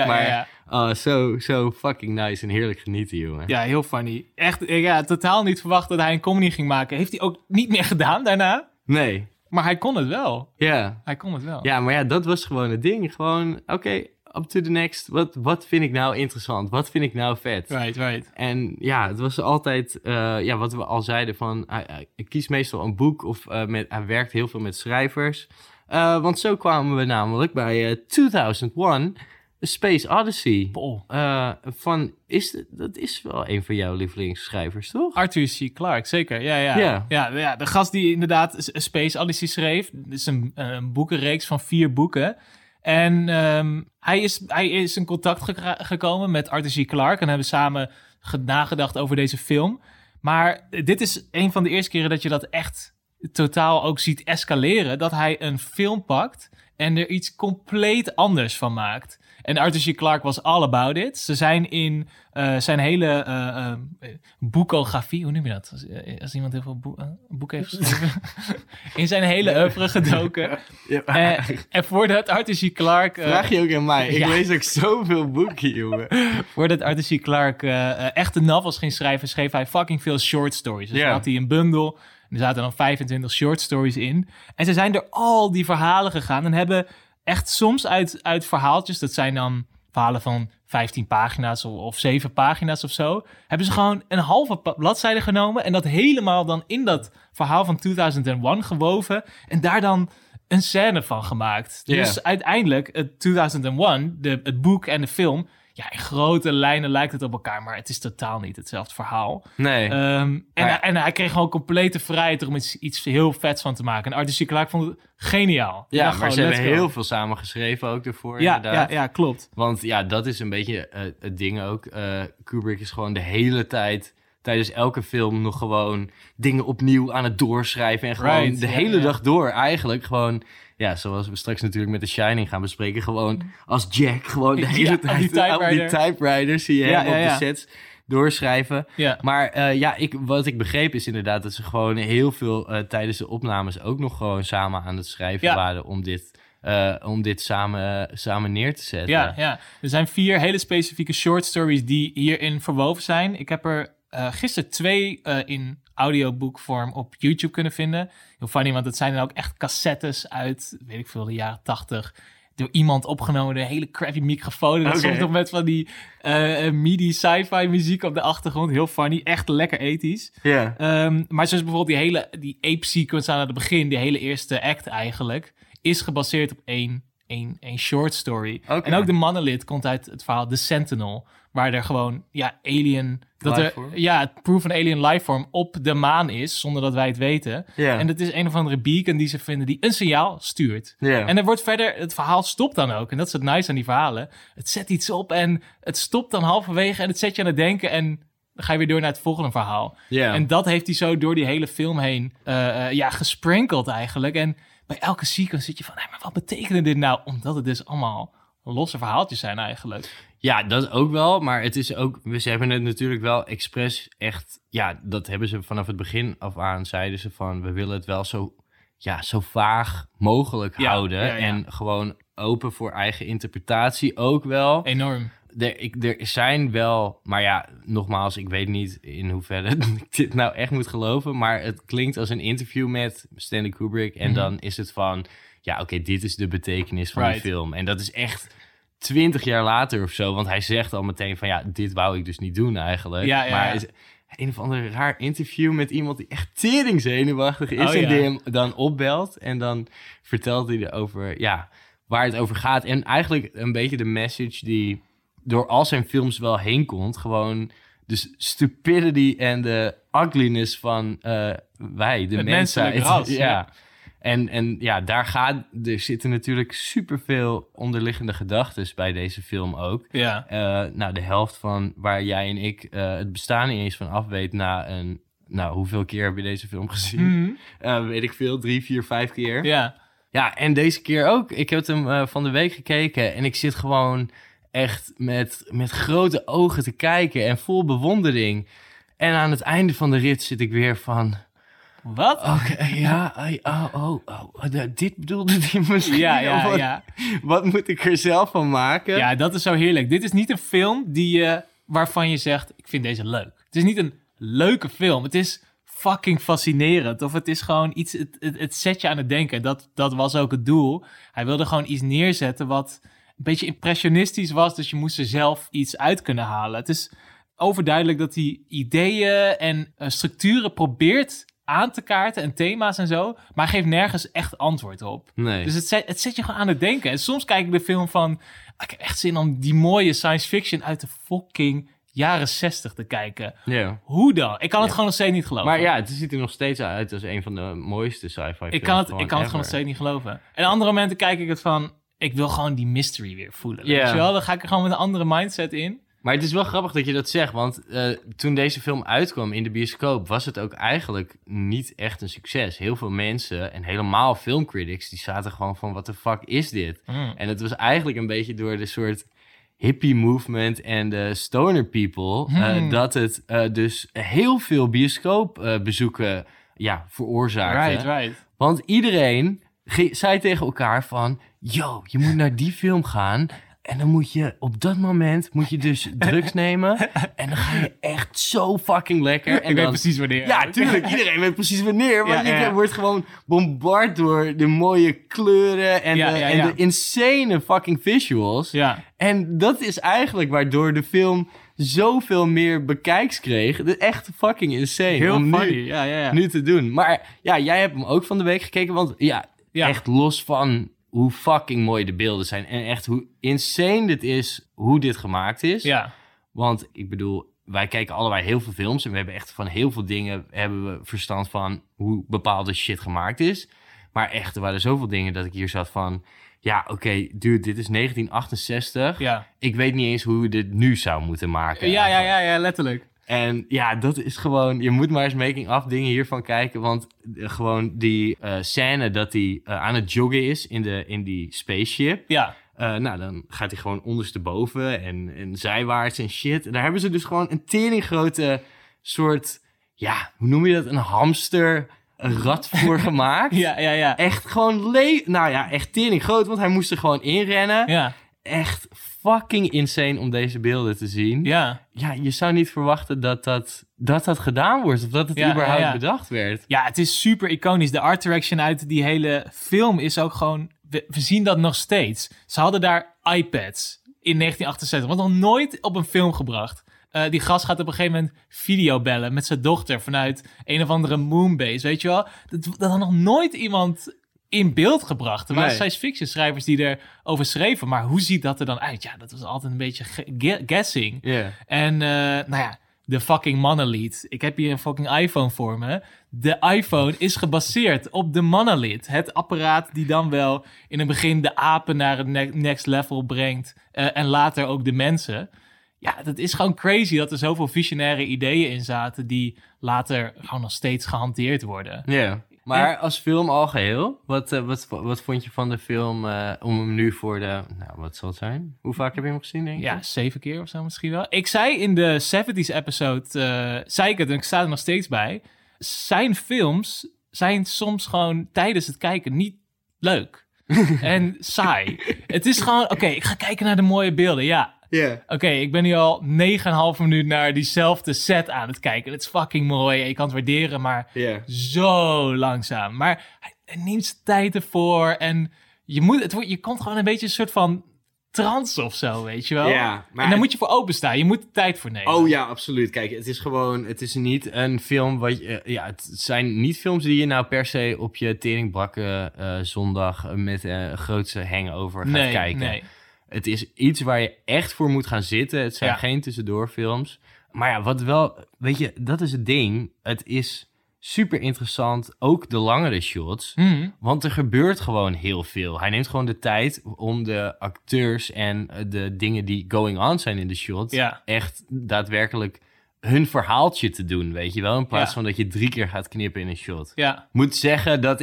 Zo fucking nice en heerlijk genieten, jongen. Ja, heel funny. Echt, totaal niet verwacht dat hij een comedy ging maken. Heeft hij ook niet meer gedaan daarna. Nee. Maar hij kon het wel. Ja. Hij kon het wel. Ja, maar ja, dat was gewoon het ding. Gewoon, oké, up to the next. Wat vind ik nou interessant? Wat vind ik nou vet? Right. En ja, het was altijd, wat we al zeiden van... Hij kiest meestal een boek of hij werkt heel veel met schrijvers. Want zo kwamen we namelijk bij 2001... A Space Odyssey. Dat is wel een van jouw lievelingsschrijvers, toch? Arthur C. Clarke, zeker. Ja, de gast die inderdaad A Space Odyssey schreef. Het is een boekenreeks van 4 boeken. En hij is in contact gekomen met Arthur C. Clarke en hebben samen nagedacht over deze film. Maar dit is een van de eerste keren dat je dat echt totaal ook ziet escaleren. Dat hij een film pakt en er iets compleet anders van maakt. En Arthur C. Clarke was all about it. Ze zijn in zijn hele boekografie... Hoe noem je dat? Als iemand heel veel boeken heeft geschreven. In zijn hele oeuvre gedoken. En voordat Arthur C. Clarke... Vraag je ook aan mij. Ik lees ook zoveel boeken, jongen. Voordat Arthur C. Clarke echte novels ging schrijven... schreef hij fucking veel short stories. Dus dan had hij een bundel... Er zaten dan 25 short stories in. En ze zijn door al die verhalen gegaan... en hebben echt soms uit verhaaltjes... dat zijn dan verhalen van 15 pagina's of 7 pagina's of zo... hebben ze gewoon een halve bladzijde genomen... en dat helemaal dan in dat verhaal van 2001 gewoven... en daar dan een scène van gemaakt. Dus uiteindelijk, het 2001, het boek en de film... Ja, in grote lijnen lijkt het op elkaar, maar het is totaal niet hetzelfde verhaal. Nee. En hij kreeg gewoon complete vrijheid om iets heel vets van te maken. En Arthur C. Clarke vond het geniaal. Ja, maar ze hebben heel veel samen geschreven ook ervoor, inderdaad. Ja, klopt. Want ja, dat is een beetje het ding ook. Kubrick is gewoon de hele tijd... tijdens elke film nog gewoon dingen opnieuw aan het doorschrijven. En gewoon de hele dag door eigenlijk gewoon... Ja, zoals we straks natuurlijk met The Shining gaan bespreken. Gewoon als Jack gewoon de hele tijd op die typewriter zie je hem op de sets doorschrijven. Ja. Maar wat ik begreep is inderdaad dat ze gewoon heel veel tijdens de opnames ook nog gewoon samen aan het schrijven waren om dit samen neer te zetten. Ja. Er zijn 4 hele specifieke short stories die hierin verwoven zijn. Ik heb er gisteren 2 in audioboekvorm op YouTube kunnen vinden. Heel funny, want het zijn dan ook echt cassettes uit, weet ik veel, de jaren 80. Door iemand opgenomen, een hele crappy microfoon. En soms nog met van die MIDI sci-fi muziek op de achtergrond. Heel funny, echt lekker ethisch. Yeah. Maar zoals bijvoorbeeld die ape sequence aan het begin, die hele eerste act eigenlijk, is gebaseerd op één een short story. Oké. En ook de mannenlid komt uit het verhaal The Sentinel, waar er gewoon alien... het proof van alien lifeform op de maan is, zonder dat wij het weten. Ja. En dat is een of andere beacon die ze vinden die een signaal stuurt. Ja. En er wordt verder, het verhaal stopt dan ook. En dat is het nice aan die verhalen. Het zet iets op en het stopt dan halverwege en het zet je aan het denken en dan ga je weer door naar het volgende verhaal. Ja. En dat heeft hij zo door die hele film heen gesprenkeld eigenlijk. En bij elke sequence zit je van, maar wat betekende dit nou? Omdat het dus allemaal losse verhaaltjes zijn eigenlijk. Ja, dat ook wel, maar het is ook... Ze hebben het natuurlijk wel expres echt... Ja, dat hebben ze vanaf het begin af aan, zeiden ze van... We willen het wel zo vaag mogelijk houden. Ja. En gewoon open voor eigen interpretatie ook wel. Enorm. Er zijn wel... Maar ja, nogmaals, ik weet niet in hoeverre ik dit nou echt moet geloven. Maar het klinkt als een interview met Stanley Kubrick. En dan is het van... Ja, oké, dit is de betekenis van die film. En dat is echt 20 jaar later of zo. Want hij zegt al meteen van... Ja, dit wou ik dus niet doen eigenlijk. Maar is een of ander raar interview met iemand die echt teringzenuwachtig is. Die hem dan opbelt. En dan vertelt hij erover... Ja, waar het over gaat. En eigenlijk een beetje de message die door al zijn films wel heen komt. Gewoon de stupidity en de ugliness van wij, de mensheid. Ras, ja. En ja, er zitten natuurlijk superveel onderliggende gedachten bij deze film ook. Ja. De helft van waar jij en ik het bestaan niet eens van af weet na een... Nou, hoeveel keer heb je deze film gezien? Weet ik veel, 3, 4, 5 keer. Ja. Ja, en deze keer ook. Ik heb hem van de week gekeken en ik zit gewoon echt met grote ogen te kijken en vol bewondering. En aan het einde van de rit zit ik weer van... Wat? Oké, dit bedoelde hij misschien. Ja. Wat moet ik er zelf van maken? Ja, dat is zo heerlijk. Dit is niet een film waarvan je zegt, ik vind deze leuk. Het is niet een leuke film. Het is fucking fascinerend. Of het is gewoon iets, het zet je aan het denken. Dat was ook het doel. Hij wilde gewoon iets neerzetten wat een beetje impressionistisch was. Dus je moest er zelf iets uit kunnen halen. Het is overduidelijk dat hij ideeën en structuren probeert aan te kaarten en thema's en zo, maar geeft nergens echt antwoord op. Nee. Dus het zet je gewoon aan het denken. En soms kijk ik de film van, ik heb echt zin om die mooie science fiction uit de fucking jaren 60 te kijken. Ja. Hoe dan? Ik kan het gewoon nog steeds niet geloven. Maar ja, het ziet er nog steeds uit als een van de mooiste sci-fi films. Ik kan het gewoon nog steeds niet geloven. En andere momenten kijk ik het van, ik wil gewoon die mystery weer voelen. Weet je wel? Dan ga ik er gewoon met een andere mindset in. Maar het is wel grappig dat je dat zegt, want toen deze film uitkwam in de bioscoop, was het ook eigenlijk niet echt een succes. Heel veel mensen en helemaal filmcritics, die zaten gewoon van, what the fuck is dit? En het was eigenlijk een beetje door de soort hippie movement en de stoner people, dat het dus heel veel bioscoopbezoeken veroorzaakte. Right. Want iedereen zei tegen elkaar van, yo, je moet naar die film gaan. En dan moet je op dat moment dus drugs nemen. En dan ga je echt zo fucking lekker. En ik weet precies wanneer. Ja, tuurlijk. Iedereen weet precies wanneer. Want je wordt gewoon bombard door de mooie kleuren en de insane fucking visuals. Ja. En dat is eigenlijk waardoor de film zoveel meer bekijks kreeg. Dat is echt fucking insane. Heel om funny. Nu te doen. Maar ja, jij hebt hem ook van de week gekeken. Want echt los van hoe fucking mooi de beelden zijn. En echt hoe insane dit is, hoe dit gemaakt is. Ja. Want ik bedoel, wij kijken allebei heel veel films. En we hebben echt van heel veel dingen hebben we verstand van hoe bepaalde shit gemaakt is. Maar echt, er waren zoveel dingen dat ik hier zat van, ja, oké, dude, dit is 1968. Ja. Ik weet niet eens hoe we dit nu zou moeten maken. Ja, letterlijk. En ja, dat is gewoon... Je moet maar eens making-of dingen hiervan kijken. Want gewoon die scène dat hij aan het joggen is in die spaceship. Ja. Dan gaat hij gewoon ondersteboven en zijwaarts en shit. En daar hebben ze dus gewoon een teringgrote soort... Ja, hoe noem je dat? Een hamster... Een rat voor gemaakt. Ja. Echt gewoon echt tering groot, want hij moest er gewoon inrennen. Ja. Echt fucking insane om deze beelden te zien. Ja. Ja, je zou niet verwachten dat gedaan wordt. Of dat het überhaupt bedacht werd. Ja, het is super iconisch. De art direction uit die hele film is ook gewoon... We zien dat nog steeds. Ze hadden daar iPads in 1968. Want nog nooit op een film gebracht. Die gast gaat op een gegeven moment video bellen met zijn dochter vanuit een of andere moonbase, weet je wel? Dat had nog nooit iemand in beeld gebracht. Er waren Nee. science fiction schrijvers die erover schreven. Maar hoe ziet dat er dan uit? Ja, dat was altijd een beetje guessing. Ja. En de fucking monolith. Ik heb hier een fucking iPhone voor me. De iPhone is gebaseerd op de monolith. Het apparaat die dan wel in het begin de apen naar het next level brengt. En later ook de mensen. Ja, dat is gewoon crazy dat er zoveel visionaire ideeën in zaten die later gewoon nog steeds gehanteerd worden. Ja. Maar als film al geheel, wat vond je van de film om hem nu voor de... Nou, wat zal het zijn? Hoe vaak heb je hem gezien, denk je? Ja, 7 keer of zo misschien wel. Ik zei in de 70s episode, zei ik het en ik sta er nog steeds bij. Zijn films zijn soms gewoon tijdens het kijken niet leuk. En saai. Het is gewoon, oké, ik ga kijken naar de mooie beelden, ja. Ja. Oké, ik ben nu al 9,5 minuut naar diezelfde set aan het kijken. Het is fucking mooi en je kan het waarderen, maar zo langzaam. Maar hij neemt zijn tijd ervoor en je komt gewoon een beetje een soort van trance of zo, weet je wel? Ja, maar en daar moet je voor openstaan. Je moet er tijd voor nemen. Oh ja, absoluut. Kijk, het is niet een film het zijn niet films die je nou per se op je teringbrakke zondag met een grootste hangover gaat kijken. Nee. Het is iets waar je echt voor moet gaan zitten. Het zijn geen tussendoorfilms. Maar ja, wat wel... Weet je, dat is het ding. Het is super interessant. Ook de langere shots. Want er gebeurt gewoon heel veel. Hij neemt gewoon de tijd om de acteurs en de dingen die going on zijn in de shot... echt daadwerkelijk hun verhaaltje te doen, weet je wel? In plaats van dat je 3 keer gaat knippen in een shot. Ja. Moet zeggen dat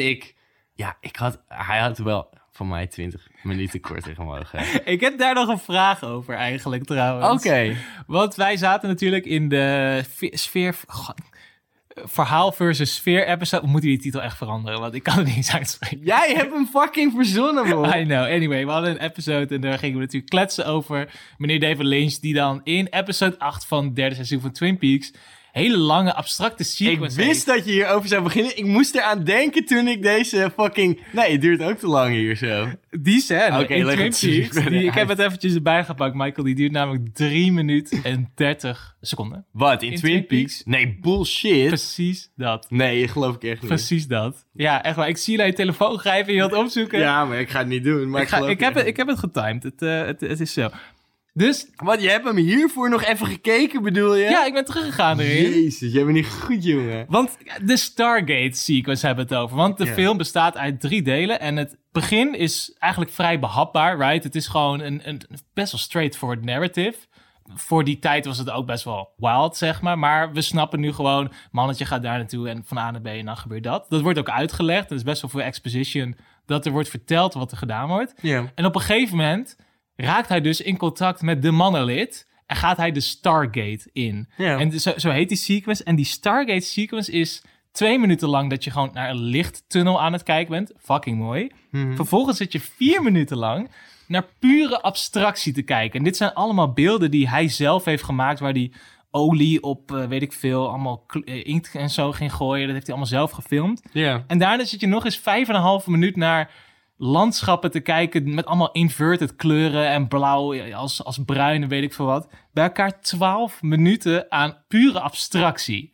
hij had wel... Van mij 20 minuten korter gemogen. Ik heb daar nog een vraag over eigenlijk trouwens. Oké. Want wij zaten natuurlijk in de sfeer... Verhaal versus sfeer episode. We moeten die titel echt veranderen, want ik kan het niet eens uitspreken. Jij hebt hem fucking verzonnen, man. I know. Anyway, we hadden een episode en daar gingen we natuurlijk kletsen over meneer David Lynch, die dan in episode 8 van het 3e seizoen van Twin Peaks hele lange, abstracte sequence Ik wist dat je hierover zou beginnen. Ik moest eraan denken toen ik deze fucking... Nee, het duurt ook te lang hier zo. Die scène Oké, in leg Twin het precies Peaks, verder ik heb uit. het eventjes erbij gepakt, Michael. Die duurt namelijk 3 minuten en 30 seconden. Wat, in Twin Peaks? Nee, bullshit. Precies dat. Nee, dat geloof ik echt niet. Precies dat. Ja, echt waar. Ik zie je naar je telefoon grijpen en je wilt opzoeken. Ja, maar ik ga het niet doen. Maar Ik heb het getimed. Het is zo. Dus... Wat, je hebt hem hiervoor nog even gekeken, bedoel je? Ja, ik ben teruggegaan erin. Jezus, jij bent niet goed, jongen. Want de Stargate sequence hebben we het over. Want de film bestaat uit 3 delen. En het begin is eigenlijk vrij behapbaar, right? Het is gewoon een best wel straightforward narrative. Voor die tijd was het ook best wel wild, zeg maar. Maar we snappen nu gewoon, mannetje gaat daar naartoe en van A naar B en dan gebeurt dat. Dat wordt ook uitgelegd. Er is best wel veel exposition dat er wordt verteld wat er gedaan wordt. Ja. En op een gegeven moment raakt hij dus in contact met de monolith en gaat hij de Stargate in. Ja. En zo heet die sequence. En die Stargate sequence is 2 minuten lang dat je gewoon naar een lichttunnel aan het kijken bent. Fucking mooi. Vervolgens zit je 4 minuten lang naar pure abstractie te kijken. En dit zijn allemaal beelden die hij zelf heeft gemaakt, waar hij olie op, weet ik veel, allemaal inkt en zo ging gooien. Dat heeft hij allemaal zelf gefilmd. Ja. En daarna zit je nog eens 5,5 minuut naar landschappen te kijken met allemaal inverted kleuren en blauw als bruin en weet ik veel wat. Bij elkaar 12 minuten aan pure abstractie.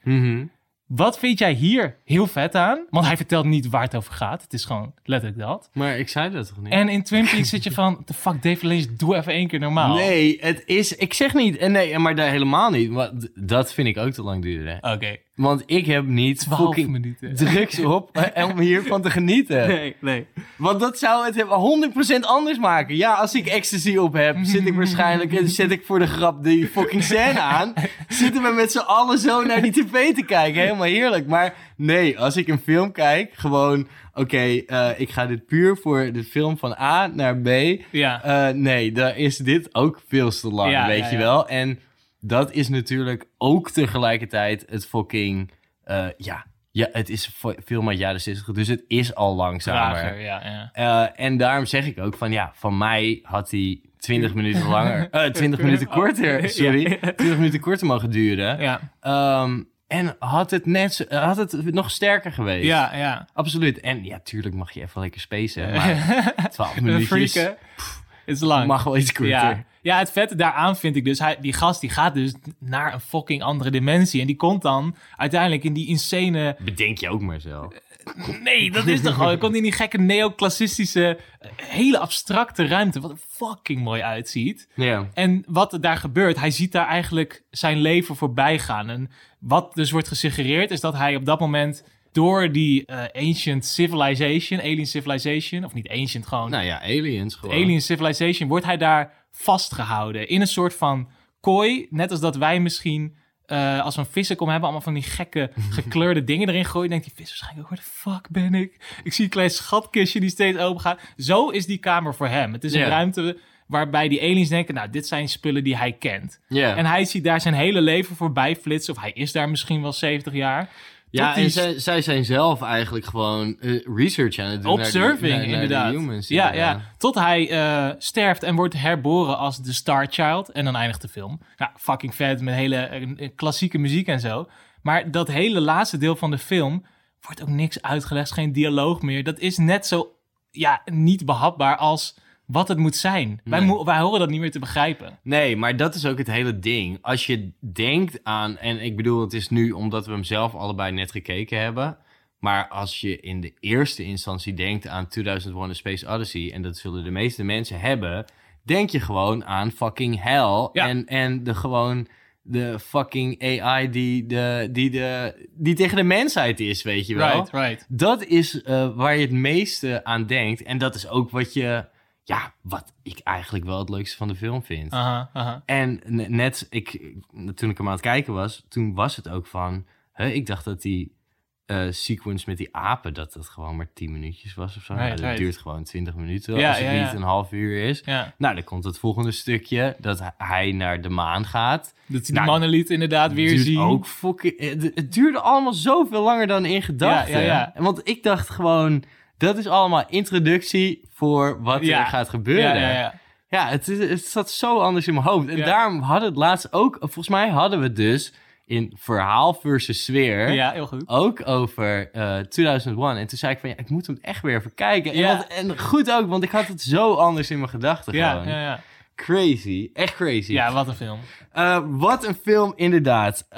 Wat vind jij hier heel vet aan? Want hij vertelt niet waar het over gaat. Het is gewoon letterlijk dat. Maar ik zei dat toch niet? En in Twin Peaks zit je van, the fuck, David Lynch, doe even 1 keer normaal. Nee, het is... Ik zeg niet... Nee, maar daar helemaal niet. Maar dat vind ik ook te lang duren. Oké. Want ik heb niet 12 fucking minuten. drugs op om hiervan te genieten. Nee. Want dat zou het 100% anders maken. Ja, als ik ecstasy op heb, zit ik waarschijnlijk... en zet ik voor de grap die fucking scène aan. Zitten we met z'n allen zo naar die tv te kijken. Helemaal heerlijk. Maar nee, als ik een film kijk, gewoon... Oké, ik ga dit puur voor de film van A naar B. Ja. Nee, daar is dit ook veel te lang, Ja, weet je wel. En dat is natuurlijk ook tegelijkertijd het fucking... het is film uit jaren 60, dus het is al langzamer. Trager, ja. En daarom zeg ik ook van mij had hij 20 minuten langer... 20 minuten korter, sorry. 20 minuten korter mogen duren. Ja. En had het nog sterker geweest. Ja. Absoluut. En ja, tuurlijk mag je even lekker spacen. Maar 12 minuutjes Freaken. Het is lang. mag wel iets korter. Ja, het vette daaraan vind ik dus... Die gast die gaat dus naar een fucking andere dimensie. En die komt dan uiteindelijk in die insane... Bedenk je ook maar zelf. Nee, dat is toch gewoon... Het komt in die gekke neoclassistische, hele abstracte ruimte, wat er fucking mooi uitziet. Ja. En wat er daar gebeurt, hij ziet daar eigenlijk zijn leven voorbij gaan. En wat dus wordt gesuggereerd, is dat hij op dat moment door die ancient civilization, alien civilization, of niet ancient, gewoon... Nou ja, aliens gewoon. Alien civilization, wordt hij daar vastgehouden. In een soort van kooi, net als dat wij misschien... als we een vissenkom hebben, allemaal van die gekke gekleurde dingen erin gooien. Denkt die vis waarschijnlijk, waar de fuck ben ik? Ik zie een klein schatkistje die steeds open gaat. Zo is die kamer voor hem. Het is een ruimte waarbij die aliens denken, nou, dit zijn spullen die hij kent. Yeah. En hij ziet daar zijn hele leven voorbij flitsen. Of hij is daar misschien wel 70 jaar. Ja, en zij zijn zelf eigenlijk gewoon research aan het doen. Observing, naar inderdaad. de humans, ja, ja. Tot hij sterft en wordt herboren als de Star Child. En dan eindigt de film. Ja, fucking vet, met hele klassieke muziek en zo. Maar dat hele laatste deel van de film wordt ook niks uitgelegd. Geen dialoog meer. Dat is net zo niet behapbaar als wat het moet zijn. Nee. Wij horen dat niet meer te begrijpen. Nee, maar dat is ook het hele ding. Als je denkt aan... En ik bedoel, het is nu omdat we hem zelf allebei net gekeken hebben. Maar als je in de eerste instantie denkt aan 2001 A Space Odyssey... en dat zullen de meeste mensen hebben... denk je gewoon aan fucking hell. Ja. En de fucking AI die tegen de mensheid is, weet je wel. Right. Dat is waar je het meeste aan denkt. En dat is ook wat ik eigenlijk wel het leukste van de film vind. Aha. En toen ik hem aan het kijken was, toen was het ook van... ik dacht dat die sequence met die apen, dat gewoon maar 10 minuutjes was of zo. Right. Dat duurt gewoon 20 minuten, Ja, als het niet een half uur is. Ja. Nou, dan komt het volgende stukje, dat hij naar de maan gaat. Dat ze die monolith inderdaad weer duurt zien. Ook het duurde allemaal zoveel langer dan in gedachten. Ja. Want ik dacht gewoon, dat is allemaal introductie voor wat er gaat gebeuren. Ja. Ja, het zat zo anders in mijn hoofd. En daarom hadden we het laatst ook... Volgens mij hadden we het dus in verhaal versus sfeer... Ja, heel goed. Ook over 2001. En toen zei ik van, ik moet hem echt weer even kijken. Ja. En goed ook, want ik had het zo anders in mijn gedachten gewoon. Ja. Crazy. Echt crazy. Ja, wat een film. Wat een film, inderdaad.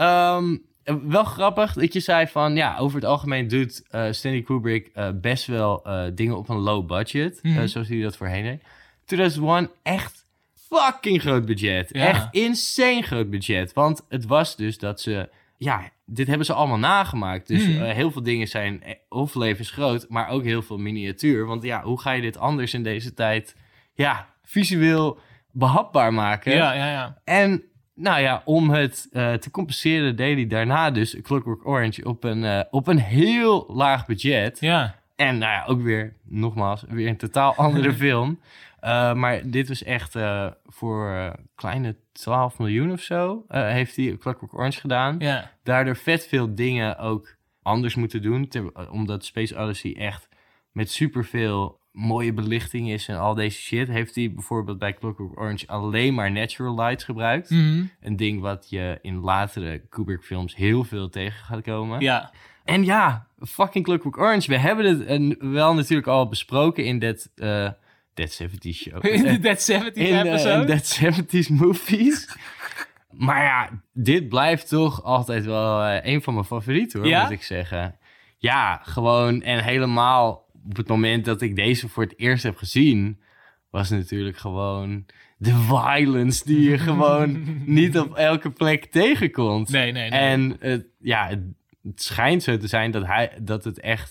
Wel grappig dat je zei van... Ja, over het algemeen doet Stanley Kubrick best wel dingen op een low budget. Zoals hij dat voorheen deed. 2001, echt fucking groot budget. Ja. Echt insane groot budget. Want het was dus dat ze... Ja, dit hebben ze allemaal nagemaakt. Dus heel veel dingen zijn of levensgroot... maar ook heel veel miniatuur. Want ja, hoe ga je dit anders in deze tijd... Ja, visueel behapbaar maken? Ja. En... Nou ja, om het te compenseren deed hij daarna dus Clockwork Orange op een heel laag budget. Ja. En nou ja, ook weer, nogmaals, weer een totaal andere film. Maar dit was echt voor kleine 12 miljoen of zo heeft hij Clockwork Orange gedaan. Ja. Daardoor vet veel dingen ook anders moeten doen. Omdat Space Odyssey echt met superveel mooie belichting is en al deze shit, heeft hij bijvoorbeeld bij Clockwork Orange alleen maar natural lights gebruikt. Een ding wat je in latere Kubrick films heel veel tegen gaat komen. Ja. En ja, fucking Clockwork Orange. We hebben het wel natuurlijk al besproken in That 70s show. In de Dead 70s episode? In That 70s movies. Maar ja, dit blijft toch altijd wel een van mijn favorieten, hoor, moet ik zeggen. Ja, gewoon en helemaal op het moment dat ik deze voor het eerst heb gezien, was natuurlijk gewoon de violence die je gewoon niet op elke plek tegenkomt. Nee. En het schijnt zo te zijn dat het echt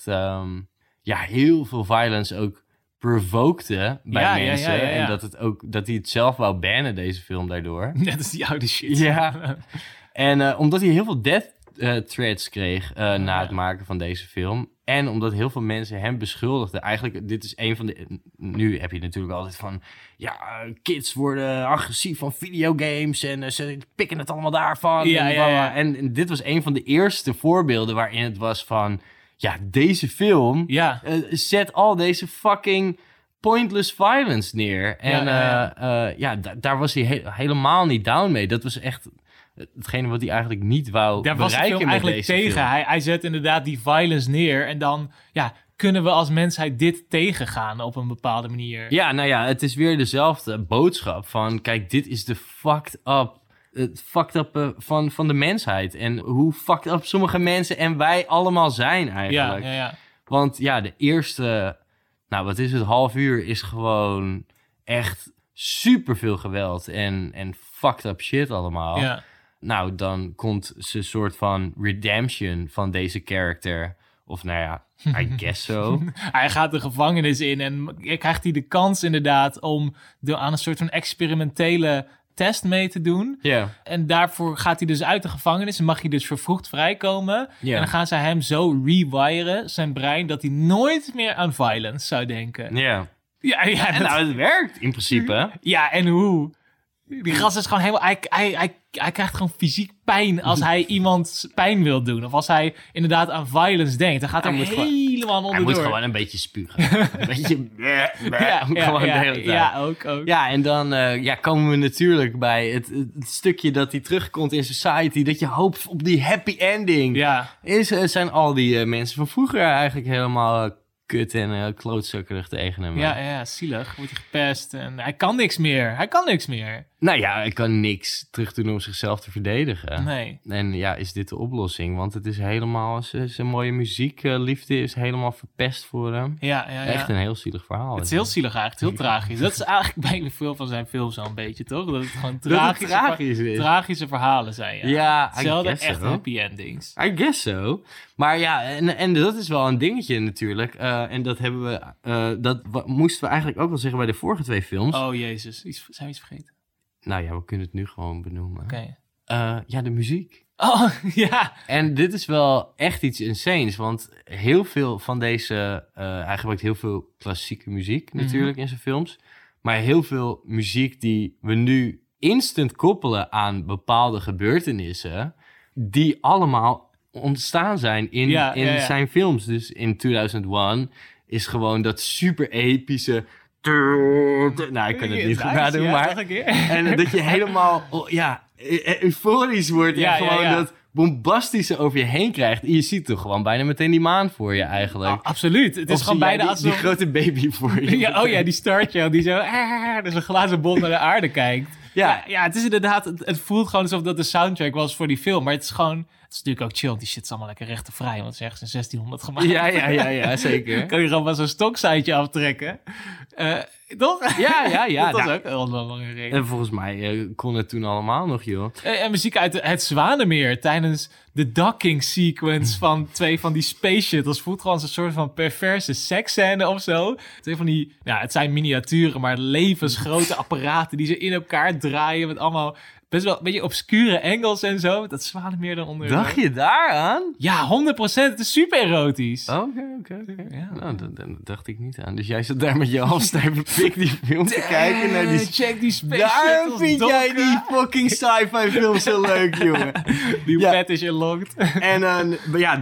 heel veel violence ook provokte bij mensen. Ja. En dat hij het zelf wou bannen, deze film, daardoor. Net als die oude shit. Ja. En omdat hij heel veel death threats kreeg na het maken van deze film. En omdat heel veel mensen hem beschuldigden. Eigenlijk, dit is een van de... Nu heb je natuurlijk altijd van... Ja, kids worden agressief van videogames. En ze pikken het allemaal daarvan. Ja. En dit was een van de eerste voorbeelden waarin het was van... Ja, deze film zet al deze fucking pointless violence neer. En daar was hij helemaal niet down mee. Dat was echt... hetgene wat hij eigenlijk niet wou daar was bereiken met eigenlijk deze tegen. film. Hij zet inderdaad die violence neer. En dan kunnen we als mensheid dit tegengaan op een bepaalde manier. Ja, nou ja, het is weer dezelfde boodschap van... Kijk, dit is de fucked up van de mensheid. En hoe fucked up sommige mensen en wij allemaal zijn eigenlijk. Ja. Want ja, de eerste, nou wat is het, half uur is gewoon echt superveel geweld en fucked up shit allemaal. Ja. Nou, dan komt ze soort van redemption van deze character. Of nou ja, I guess so. Hij gaat de gevangenis in en krijgt hij de kans inderdaad om aan een soort van experimentele test mee te doen. Ja. En daarvoor gaat hij dus uit de gevangenis en mag hij dus vervroegd vrijkomen. Ja. En dan gaan ze hem zo rewiren, zijn brein, dat hij nooit meer aan violence zou denken. Ja. Ja, En nou, het werkt in principe. ja, en hoe? Die gast is gewoon helemaal... Hij krijgt gewoon fysiek pijn als hij iemand pijn wil doen. Of als hij inderdaad aan violence denkt. Dan gaat hij helemaal onderdoor. Hij moet gewoon een beetje spugen. Een beetje... gewoon de hele tijd. Ja, ook. Ja, en dan komen we natuurlijk bij het stukje dat hij terugkomt in society. Dat je hoopt op die happy ending. Ja. Zijn al die mensen van vroeger eigenlijk helemaal kut en klootzakkerig tegen hem. Ja, zielig. Wordt hij gepest en hij kan niks meer. Nou ja, hij kan niks terug doen om zichzelf te verdedigen. Nee. En ja, is dit de oplossing? Want het is helemaal... Zijn mooie muziekliefde is helemaal verpest voor hem. Ja. Echt een heel zielig verhaal. Het is heel zielig eigenlijk, heel tragisch. Dat is eigenlijk bij veel van zijn films zo een beetje, toch? Dat het gewoon tragische verhalen zijn. Ja, zelden echt happy endings. I guess so. Maar ja, en dat is wel een dingetje natuurlijk. En dat hebben we... moesten we eigenlijk ook wel zeggen bij de vorige 2 films. Oh jezus, zijn we iets vergeten? Nou ja, we kunnen het nu gewoon benoemen. Oké. Ja, de muziek. Oh, ja. En dit is wel echt iets insanes, want heel veel van deze... hij gebruikt heel veel klassieke muziek natuurlijk in zijn films. Maar heel veel muziek die we nu instant koppelen aan bepaalde gebeurtenissen... die allemaal ontstaan zijn in zijn films. Dus in 2001 is gewoon dat super epische... Nou, ik kan het niet goed nadoen, maar... En dat je helemaal euforisch wordt en gewoon dat bombastische over je heen krijgt. En je ziet toch gewoon bijna meteen die maan voor je eigenlijk. Oh, absoluut. Het is gewoon bijna die grote baby voor je. Die Star Child die zo dus een glazen bol naar de aarde kijkt. Ja, het is inderdaad... Het voelt gewoon alsof dat de soundtrack was voor die film. Maar het is gewoon... Het is natuurlijk ook chill, want die shit is allemaal lekker rechtenvrij. Want het is ergens in 1600 gemaakt. Ja, zeker. Kan je gewoon wel zo'n stokseitje aftrekken. Toch? Ja. Dat is ook wel een lange reden. En volgens mij kon het toen allemaal nog, joh. En muziek uit het Zwanenmeer tijdens de docking sequence van 2 van die space shuttles. Voelt gewoon een soort van perverse seksscène of zo. 2 van die, het zijn miniaturen, maar levensgrote apparaten die ze in elkaar draaien met allemaal... Best wel een beetje obscure angles en zo. Dat Zwanenmeer dan onder. Dacht je daaraan? Ja, 100%. Het is super erotisch. Oké. Ja. Nou, daar dacht ik niet aan. Dus jij zat daar met je halfstijve pik die film te kijken naar die... Check die space Daar vind jij die fucking sci-fi film zo leuk, jongen. Die fetish unlocked. En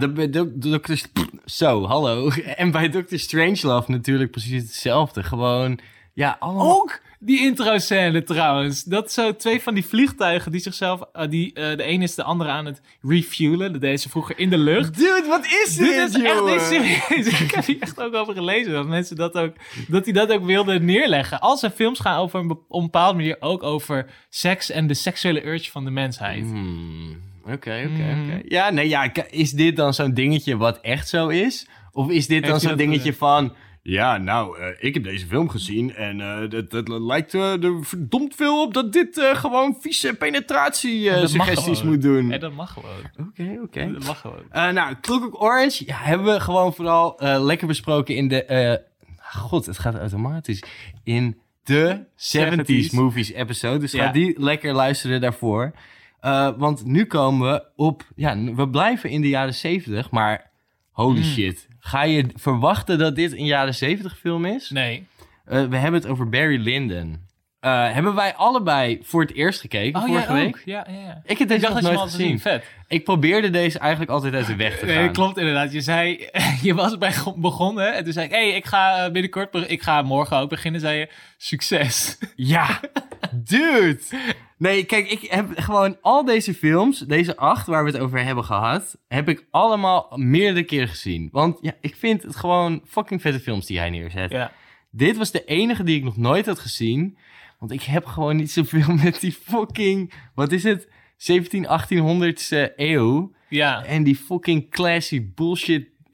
hallo. En bij Dr. Strangelove natuurlijk precies hetzelfde. Gewoon, allemaal... Ook die intro-scène trouwens. Dat zo 2 van die vliegtuigen die zichzelf... de ene is de andere aan het refuelen. Dat deden ze vroeger in de lucht. Dude, wat is dit, Dit is echt niet serieus. Ik heb hier echt ook over gelezen. Dat mensen dat hij dat ook wilden neerleggen. Al zijn films gaan over op een bepaalde manier ook over seks en de seksuele urge van de mensheid. Oké. Ja, is dit dan zo'n dingetje wat echt zo is? Of is dit dan zo'n dingetje van... Ja, nou, ik heb deze film gezien en het lijkt er verdomd veel op dat dit gewoon vieze penetratie-suggesties moet doen. Ja, dat mag gewoon. Oké. Dat mag gewoon. Nou, Clockwork Orange hebben we gewoon vooral lekker besproken in de... het gaat automatisch. In de 70s Movies episode. Dus ga die lekker luisteren daarvoor. Want nu komen we op... Ja, we blijven in de jaren 70, maar holy shit. Ga je verwachten dat dit een jaren 70 film is? Nee. We hebben het over Barry Lyndon. Hebben wij allebei voor het eerst gekeken vorige week? Ja. Ik heb deze nog nooit gezien. Vet. Ik probeerde deze eigenlijk altijd uit de weg te gaan. Nee, klopt inderdaad. Je zei, je was bij begonnen en toen zei ik, ik ga ik ga morgen ook beginnen. Zei je, succes. Ja, dude. Nee, kijk, ik heb gewoon al deze films, deze 8 waar we het over hebben gehad, heb ik allemaal meerdere keren gezien. Want ik vind het gewoon fucking vette films die hij neerzet. Ja. Dit was de enige die ik nog nooit had gezien. Want ik heb gewoon niet zoveel met die fucking... Wat is het? 1700, 1800ste eeuw. Ja. En die fucking classy bullshit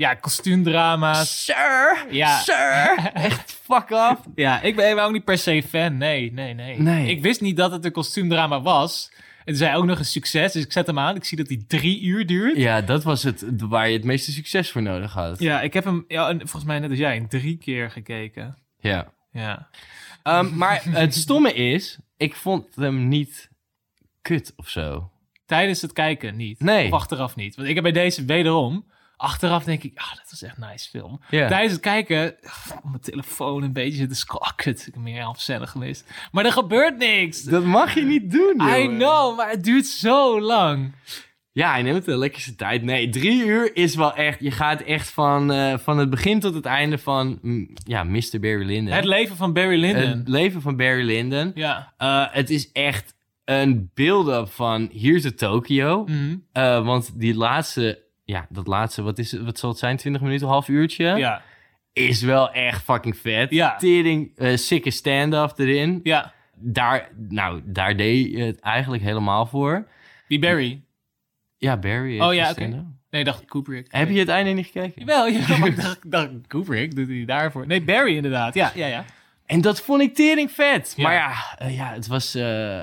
Ja, kostuumdrama's. Sir! Ja. Sir! Echt fuck off. Ja, ik ben ook niet per se fan. Nee. Nee. Ik wist niet dat het een kostuumdrama was. En toen zei ook nog een succes, dus ik zet hem aan. Ik zie dat hij 3 uur duurt. Ja, dat was het waar je het meeste succes voor nodig had. Ja, ik heb hem, volgens mij net als jij, 3 keer gekeken. Ja. Ja. Maar het stomme is, ik vond hem niet kut of zo. Tijdens het kijken niet. Nee. Of achteraf niet. Want ik heb bij deze wederom... Achteraf denk ik, dat was echt een nice film. Ja. Tijdens het kijken, op mijn telefoon een beetje zitten scrollen. Ik ben meer afzinnig geweest. Maar er gebeurt niks. Dat mag je niet doen, I jongen. know, maar het duurt zo lang. Ja, hij neemt de lekkerste tijd. Nee, 3 uur is wel echt... Je gaat echt van het begin tot het einde van... Mr. Barry Lyndon. Het leven van Barry Lyndon. Het leven van Barry Lyndon. Ja. Het is echt een build-up van... Hier is het Tokio. Mhm. Want die laatste... Ja, dat laatste... Wat zal het zijn? 20 minuten, half uurtje? Ja. Is wel echt fucking vet. Ja. Tering, sikke stand-off erin. Ja. Daar deed je het eigenlijk helemaal voor. Wie Barry? Ja, Barry. Oh heeft ja, een oké. stand-up. Nee, dacht Kubrick. Heb je het einde niet gekeken? Jawel, maar ik dacht Kubrick doet hij daarvoor. Nee, Barry inderdaad. Ja. En dat vond ik tering vet. Ja. Maar het was...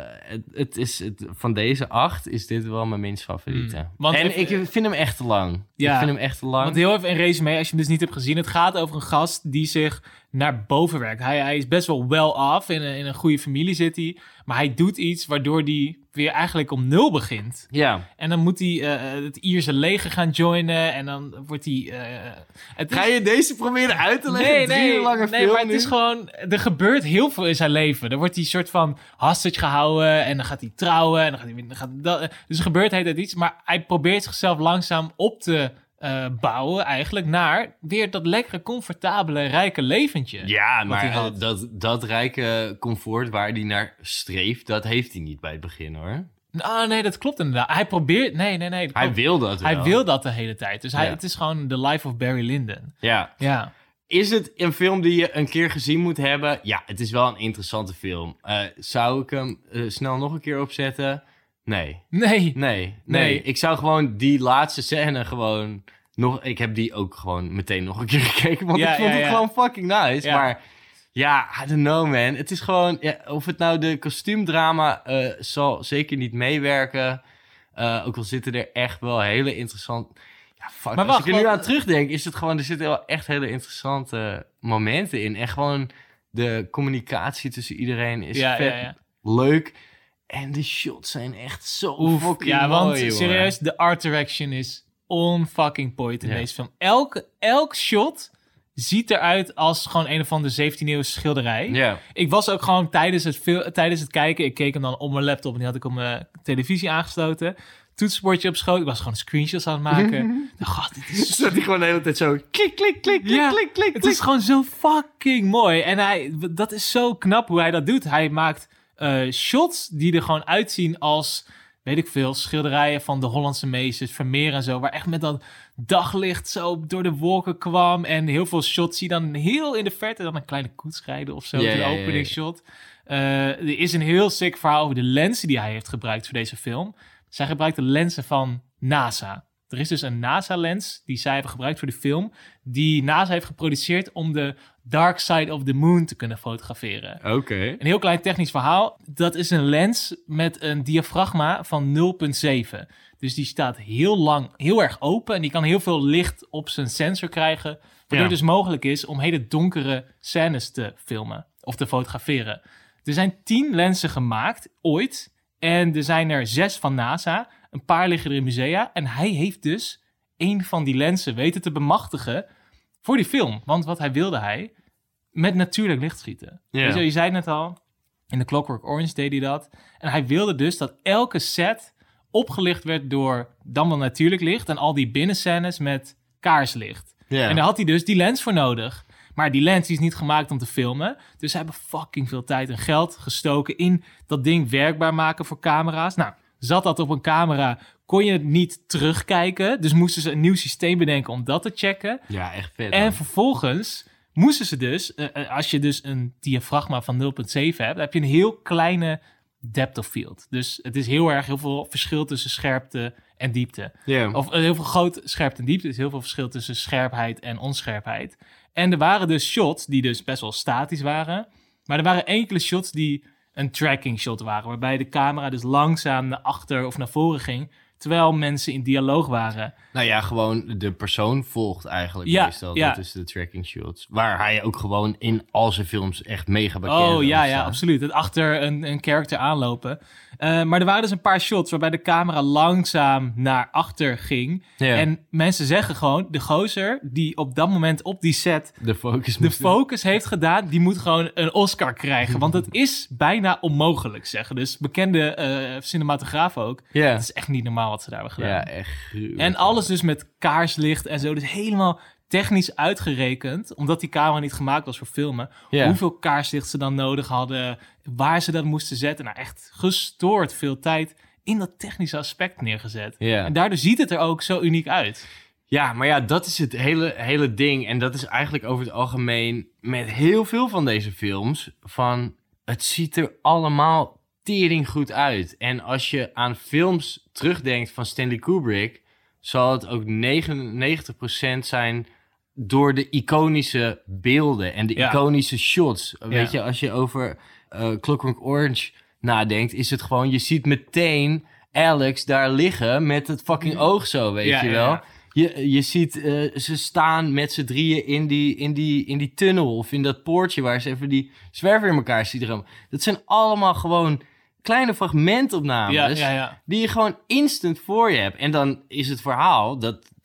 van deze 8 is dit wel mijn minst favoriete. Want en even- ik vind hem echt te lang. Ja. Ik vind hem echt te lang. Want heel even een resume, als je hem dus niet hebt gezien. Het gaat over een gast die zich naar boven werkt. Hij is best wel well off. In een goede familie zit hij. Maar hij doet iets waardoor hij weer eigenlijk om 0 begint. Ja. En dan moet hij het Ierse leger gaan joinen. En dan wordt hij... Ga je deze proberen uit te leggen? Nee, 3 uur lange nee, film maar het nu? is gewoon... Er gebeurt heel veel in zijn leven. Er wordt hij soort van hostage gehouden. En dan gaat hij trouwen. En dan gaat dat, dus er gebeurt hele tijd iets. Maar hij probeert zichzelf langzaam op te bouwen eigenlijk naar weer dat lekkere, comfortabele, rijke leventje. Ja, hij maar had. dat rijke comfort waar hij naar streeft, dat heeft hij niet bij het begin, hoor. Nee, dat klopt inderdaad. Hij probeert... Nee. dat Hij klopt. wil dat wel. Hij wil dat de hele tijd. Dus Ja. het is gewoon the life of Barry Lyndon. Ja. Ja. Is het een film die je een keer gezien moet hebben? Ja, het is wel een interessante film. Zou ik hem snel nog een keer opzetten? Nee. Nee. Ik zou gewoon die laatste scène gewoon nog... Ik heb die ook gewoon meteen nog een keer gekeken, want Ja, ik vond ja, het ja. gewoon fucking nice. Ja. Maar ja, I don't know, man. Het is gewoon... Ja, of het nou de kostuumdrama zal zeker niet meewerken. Ook al zitten er echt wel hele interessant... Ja, fuck. Maar Als wacht, ik er nu wat- aan terugdenk, is het gewoon... Er zitten wel echt hele interessante momenten in. En gewoon de communicatie tussen iedereen is vet Ja. leuk. En de shots zijn echt zo Oef, fucking ja, want mooi, jongen. serieus, de art direction is on fucking point in Ja. deze film. Elk shot ziet eruit als gewoon een of andere 17e-eeuwse schilderij. Ja. Ik was ook gewoon tijdens het kijken, ik keek hem dan op mijn laptop en die had ik op mijn televisie aangesloten. Toetsenbordje op schoot, ik was gewoon screenshots aan het maken. God, dit is Zat hij gewoon de hele tijd zo... Klik, klik, klik, klik, Ja, klik, klik. het is gewoon zo fucking mooi. En dat is zo knap hoe hij dat doet. Hij maakt shots die er gewoon uitzien als, weet ik veel, schilderijen van de Hollandse meesters, Vermeer en zo, waar echt met dat daglicht zo door de wolken kwam. En heel veel shots zie je dan heel in de verte dan een kleine koets rijden of zo, Ja, de ja, ja, ja. openingsshot. Er is een heel sick verhaal over de lenzen die hij heeft gebruikt voor deze film. Zij gebruikte lenzen van NASA. Er is dus een NASA-lens die zij hebben gebruikt voor de film, die NASA heeft geproduceerd om de Dark Side of the Moon te kunnen fotograferen. Oké. Een heel klein technisch verhaal. Dat is een lens met een diafragma van 0,7. Dus die staat heel lang, heel erg open en die kan heel veel licht op zijn sensor krijgen, waardoor Ja. het dus mogelijk is om hele donkere scènes te filmen of te fotograferen. Er zijn 10 lenzen gemaakt, ooit. En er zijn er 6 van NASA. Een paar liggen er in musea. En hij heeft dus 1 van die lenzen weten te bemachtigen voor die film. Want wat wilde hij? Met natuurlijk licht schieten. Ja. Weet je zei het net al. In The Clockwork Orange deed hij dat. En hij wilde dus dat elke set opgelicht werd door dan wel natuurlijk licht. En al die binnenscènes met kaarslicht. Ja. En daar had hij dus die lens voor nodig. Maar die lens die is niet gemaakt om te filmen. Dus ze hebben fucking veel tijd en geld gestoken in dat ding werkbaar maken voor camera's. Nou, zat dat op een camera, kon je het niet terugkijken. Dus moesten ze een nieuw systeem bedenken om dat te checken. Ja, echt vet. En man. vervolgens moesten ze dus, als je dus een diafragma van 0,7 hebt, dan heb je een heel kleine depth of field. Dus het is heel veel verschil tussen scherpte en diepte. Ja. Of heel veel groot scherpte en diepte. Er is heel veel verschil tussen scherpheid en onscherpheid. En er waren dus shots die dus best wel statisch waren. Maar er waren enkele shots die een tracking shot waren. Waarbij de camera dus langzaam naar achter of naar voren ging. Terwijl mensen in dialoog waren. Nou ja, gewoon de persoon volgt eigenlijk meestal. Ja. Dat is de tracking shots. Waar hij ook gewoon in al zijn films echt mega bekend Oh ja, staat. absoluut. Het achter een character aanlopen. Maar er waren dus een paar shots waarbij de camera langzaam naar achter ging. Ja. En mensen zeggen gewoon, de gozer die op dat moment op die set De focus heeft gedaan, die moet gewoon een Oscar krijgen. Want het is bijna onmogelijk, zeggen. Dus bekende cinematografen ook. Ja. Het is echt niet normaal wat ze daar hebben gedaan. Ja, echt gruwelijk. En alles dus met kaarslicht en zo. Dus helemaal technisch uitgerekend. Omdat die camera niet gemaakt was voor filmen. Ja. Hoeveel kaarslicht ze dan nodig hadden. Waar ze dat moesten zetten. Nou, echt gestoord veel tijd in dat technische aspect neergezet. Ja. En daardoor ziet het er ook zo uniek uit. Ja, maar ja, dat is het hele ding. En dat is eigenlijk over het algemeen met heel veel van deze films. Van, het ziet er allemaal tering goed uit. En als je aan films terugdenkt van Stanley Kubrick, zal het ook 99% zijn door de iconische beelden en de iconische shots. Weet je, als je over Clockwork Orange nadenkt, is het gewoon, je ziet meteen Alex daar liggen met het fucking oog zo, weet je wel. Je ziet ze staan met z'n drieën in die tunnel of in dat poortje waar ze even die zwerver in elkaar zien. Dat zijn allemaal gewoon kleine fragmentopnames die je gewoon instant voor je hebt. En dan is het verhaal,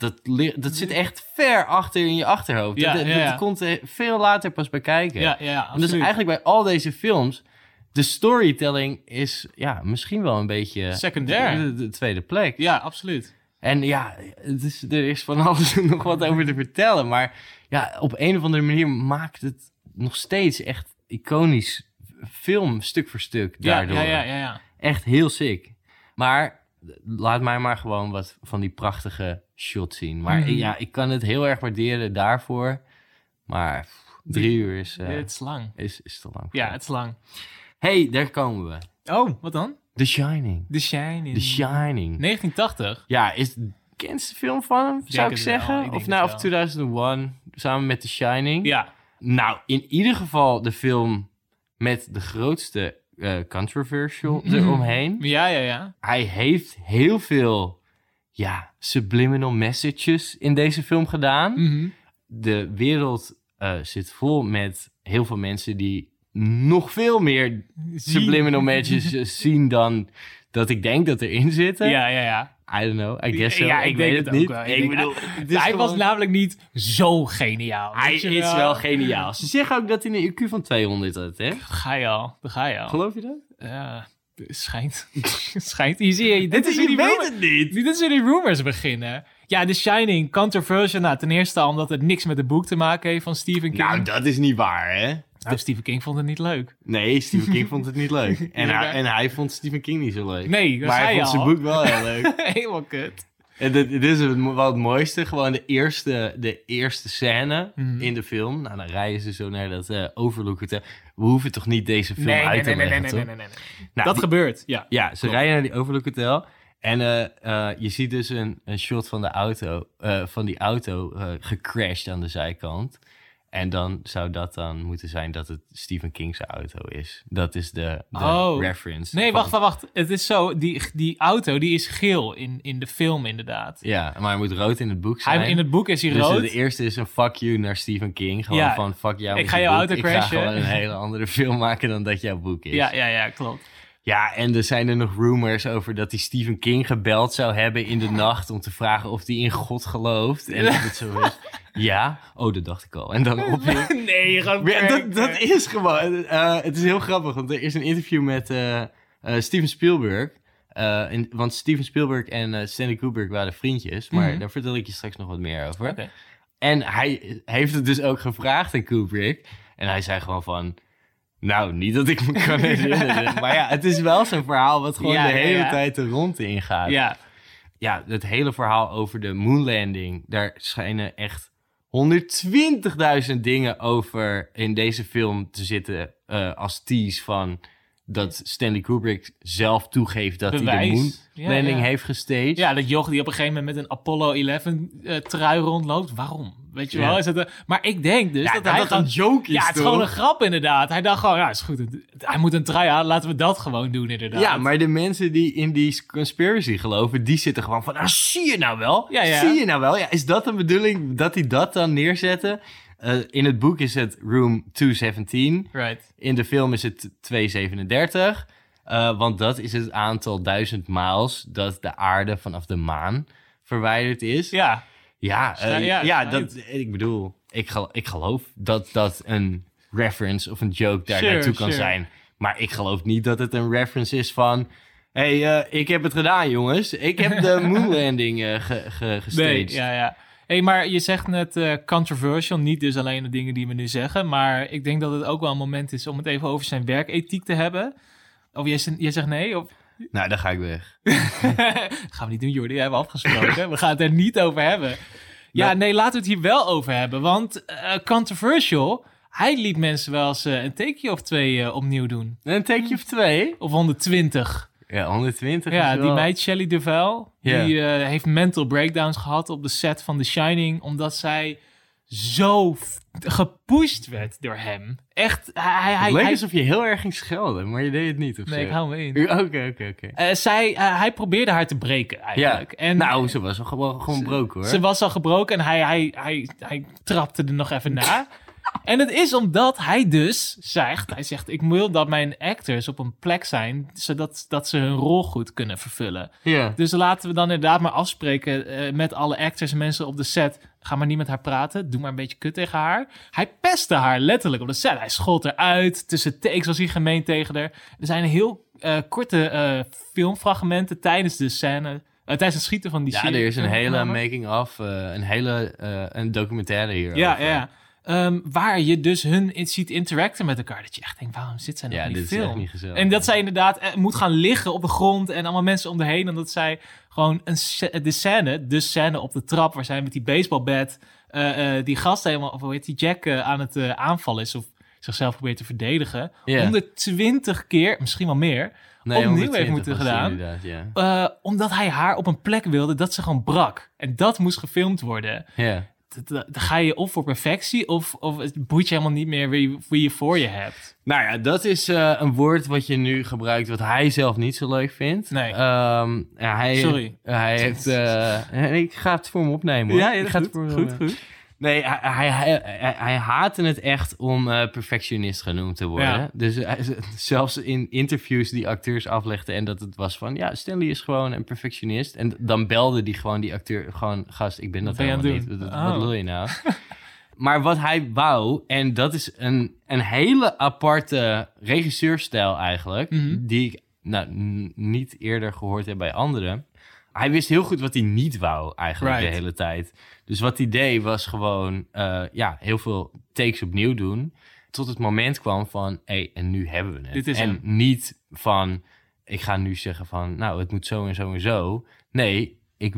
dat zit echt ver achter in je achterhoofd. Dat komt er veel later pas bij kijken. En dus eigenlijk bij al deze films, de storytelling is misschien wel een beetje secundair. De tweede plek. Ja, absoluut. En ja, er is van alles nog wat over te vertellen. Maar ja, op een of andere manier maakt het nog steeds echt iconisch film, stuk voor stuk, daardoor. Ja. Echt heel sick. Maar laat mij maar gewoon wat van die prachtige shots zien. Maar ik kan het heel erg waarderen daarvoor. Maar 3 uur is... het is lang. Is te lang. Ja, het is lang. Hey, daar komen we. Oh, wat dan? The Shining. The Shining. The Shining. 1980. Ja, is de bekendste film van hem, zou ik zeggen. Of 2001, samen met The Shining. Ja. Nou, in ieder geval de film met de grootste controversial eromheen. Ja. Hij heeft heel veel subliminal messages in deze film gedaan. Mm-hmm. De wereld zit vol met heel veel mensen die nog veel meer subliminal messages zien dan dat ik denk dat erin zitten. Ja. I don't know, I guess so. Ja, ik weet het niet. Ik bedoel, hij was namelijk niet zo geniaal. Hij is wel geniaal. Ze zeggen ook dat hij een IQ van 200 had, hè? Daar ga je al. Geloof je dat? Ja, schijnt. Schijnt. Hier zie je, dit is je weet het niet. Dit is hoe die rumors beginnen. Ja, The Shining, controversial. Nou, ten eerste al omdat het niks met het boek te maken heeft van Stephen King. Nou, dat is niet waar, hè? Nou, Stephen King vond het niet leuk. Nee, Stephen King vond het niet leuk. En hij vond Stephen King niet zo leuk. Nee, dat maar zei hij vond al. zijn boek wel heel leuk. Helemaal kut. En dit is wel het mooiste. Gewoon de eerste scène in de film. Nou, dan rijden ze zo naar dat Overlook Hotel. We hoeven toch niet deze film uit te leggen, toch? Nee. Nou, dat gebeurt, ja. Ja, ze rijden naar die Overlook Hotel. En je ziet dus een shot van de auto, van die auto gecrashed aan de zijkant. En dan zou dat dan moeten zijn dat het Stephen King's auto is. Dat is de reference. Nee, wacht. Het is zo, die auto die is geel in de film inderdaad. Ja, maar hij moet rood in het boek zijn. In het boek is hij dus rood. De eerste is een fuck you naar Stephen King. Gewoon van fuck jou. Ik ga jouw auto crashen. Ik ga gewoon een hele andere film maken dan dat jouw boek is. Ja, klopt. Ja, en er zijn er nog rumors over dat hij Stephen King gebeld zou hebben in de nacht om te vragen of hij in God gelooft. En dat het zo is. Ja? Oh, dat dacht ik al. En dan op je... Nee, gewoon dat is gewoon... het is heel grappig, want er is een interview met Steven Spielberg. Want Steven Spielberg en Stanley Kubrick waren vriendjes. Maar daar vertel ik je straks nog wat meer over. Okay. En hij heeft het dus ook gevraagd aan Kubrick. En hij zei gewoon van... Nou, niet dat ik me kan herinneren. Maar ja, het is wel zo'n verhaal wat gewoon de hele tijd de rondte ingaat. Ja, het hele verhaal over de moonlanding. Daar schijnen echt 120.000 dingen over in deze film te zitten als tease van... dat Stanley Kubrick zelf toegeeft dat hij de Bewijs. moonlanding heeft gestaged. Ja, dat joch die op een gegeven moment met een Apollo 11 trui rondloopt. Waarom? Weet je wel? Is het maar ik denk dus dat hij dat gewoon... een joke is, Ja, het is toch? gewoon een grap inderdaad. Hij dacht gewoon, ja, is goed. Hij moet een trui aan, laten we dat gewoon doen inderdaad. Ja, maar de mensen die in die conspiracy geloven, die zitten gewoon van, zie je nou wel? Ja. Zie je nou wel? Ja, is dat een bedoeling dat hij dat dan neerzetten? In het boek is het Room 217. Right. In de film is het 237. Want dat is het aantal 1000 miles dat de aarde vanaf de maan verwijderd is. Ja. Ik bedoel, ik geloof dat dat een reference of een joke daar naartoe kan zijn. Maar ik geloof niet dat het een reference is van... Hey, ik heb het gedaan, jongens. Ik heb de moonlanding gestaged. Nee, ja. Hey, maar je zegt net controversial, niet dus alleen de dingen die we nu zeggen. Maar ik denk dat het ook wel een moment is om het even over zijn werkethiek te hebben. Of jij zegt nee? Of... Nou, dan ga ik weg. Gaan we niet doen, Jordi. We hebben afgesproken. We gaan het er niet over hebben. Ja, nee, laten we het hier wel over hebben. Want controversial, hij liet mensen wel eens een takeje of 2 opnieuw doen. Een takeje of 2? Of 120. Ja, 120 Ja, is wel... die meid Shelley Duvall, Ja. die heeft mental breakdowns gehad op de set van The Shining, omdat zij zo gepusht werd door hem. Echt, Het leek alsof je heel erg ging schelden, maar je deed het niet, of Nee, zo. ik hou me in. Oké. Hij probeerde haar te breken, eigenlijk. Ja, En nou, ze was al gewoon gebroken, hoor. ze was al gebroken en hij trapte er nog even na. En het is omdat hij dus zegt... Hij zegt, ik wil dat mijn actors op een plek zijn... zodat ze hun rol goed kunnen vervullen. Ja. Dus laten we dan inderdaad maar afspreken... met alle actors en mensen op de set... Ga maar niet met haar praten. Doe maar een beetje kut tegen haar. Hij pestte haar letterlijk op de set. Hij schold eruit. Tussen takes was hij gemeen tegen haar. Er zijn heel korte filmfragmenten tijdens de scène... tijdens het schieten van die Ja, serie. er is een hele making-of, een documentaire hier. Ja. Waar je dus hun ziet interacten met elkaar. Dat je echt denkt, waarom zit zij nog in die dit film? is echt niet gezellig. En dat zij inderdaad moet gaan liggen op de grond... en allemaal mensen om haar heen. En dat zij gewoon de scène op de trap... waar zij met die baseballbat... die gast helemaal, of hoe heet die Jack... aan het aanvallen is of zichzelf probeert te verdedigen. 120 keer, misschien wel meer... opnieuw heeft moeten gedaan. Omdat hij haar op een plek wilde... dat ze gewoon brak. En dat moest gefilmd worden. Ja. Dan ga je of voor perfectie... of het boeit je helemaal niet meer wie je voor je hebt. Nou ja, dat is een woord wat je nu gebruikt... wat hij zelf niet zo leuk vindt. Nee. Sorry. Hij heeft... ik ga het voor hem opnemen, hoor. Ja, ik ga het voor hem goed. Nee, hij haatte het echt om perfectionist genoemd te worden. Ja. Dus zelfs in interviews die acteurs aflegden... en dat het was van, ja, Stanley is gewoon een perfectionist. En dan belde die gewoon die acteur... gewoon, gast, ik ben dat helemaal niet. Wat wil je nou? Maar wat hij wou, en dat is een hele aparte regisseurstijl eigenlijk... die ik niet eerder gehoord heb bij anderen... Hij wist heel goed wat hij niet wou eigenlijk de hele tijd. Dus wat hij deed was gewoon heel veel takes opnieuw doen. Tot het moment kwam van, en nu hebben we het. Dit is en hem. niet van, ik ga nu zeggen van, nou, het moet zo en zo en zo. Nee, ik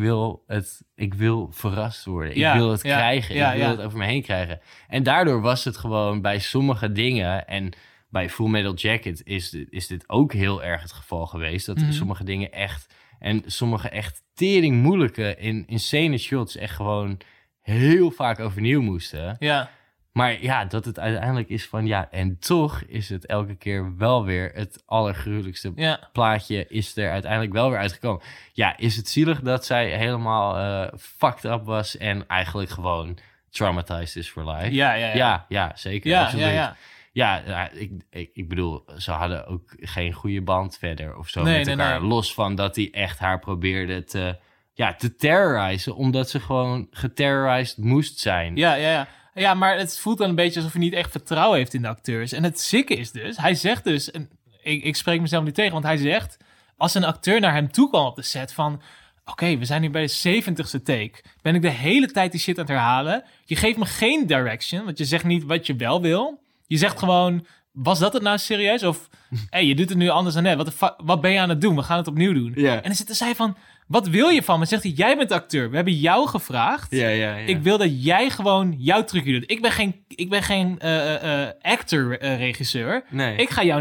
wil verrast worden. Ik wil het krijgen. Ik wil het over me heen krijgen. En daardoor was het gewoon bij sommige dingen... en bij Full Metal Jacket is dit ook heel erg het geval geweest... dat sommige dingen echt... En sommige echt tering moeilijke insane shots echt gewoon heel vaak overnieuw moesten. Ja. Maar ja, dat het uiteindelijk is van en toch is het elke keer wel weer het allergruwelijkste plaatje is er uiteindelijk wel weer uitgekomen. Ja, is het zielig dat zij helemaal fucked up was en eigenlijk gewoon traumatized is for life? Ja, zeker. Absoluut. Ja, ik bedoel, ze hadden ook geen goede band verder of zo met elkaar. Nee. Los van dat hij echt haar probeerde te terrorizen, omdat ze gewoon geterrorized moest zijn. Ja, maar het voelt dan een beetje alsof hij niet echt vertrouwen heeft in de acteurs. En het zieke is dus, hij zegt dus, en ik spreek mezelf niet tegen, want hij zegt, als een acteur naar hem toe kwam op de set van... Oké, we zijn nu bij de 70ste take. Ben ik de hele tijd die shit aan het herhalen? Je geeft me geen direction, want je zegt niet wat je wel wil... Je zegt gewoon, was dat het nou serieus? Of, je doet het nu anders dan net. Wat ben je aan het doen? We gaan het opnieuw doen. Yeah. En dan zitten zij van, wat wil je van me? Zegt hij, jij bent acteur. We hebben jou gevraagd. Ja. Ik wil dat jij gewoon jouw trucje doet. Ik ben geen actor-regisseur. Nee. Ik ga jou niet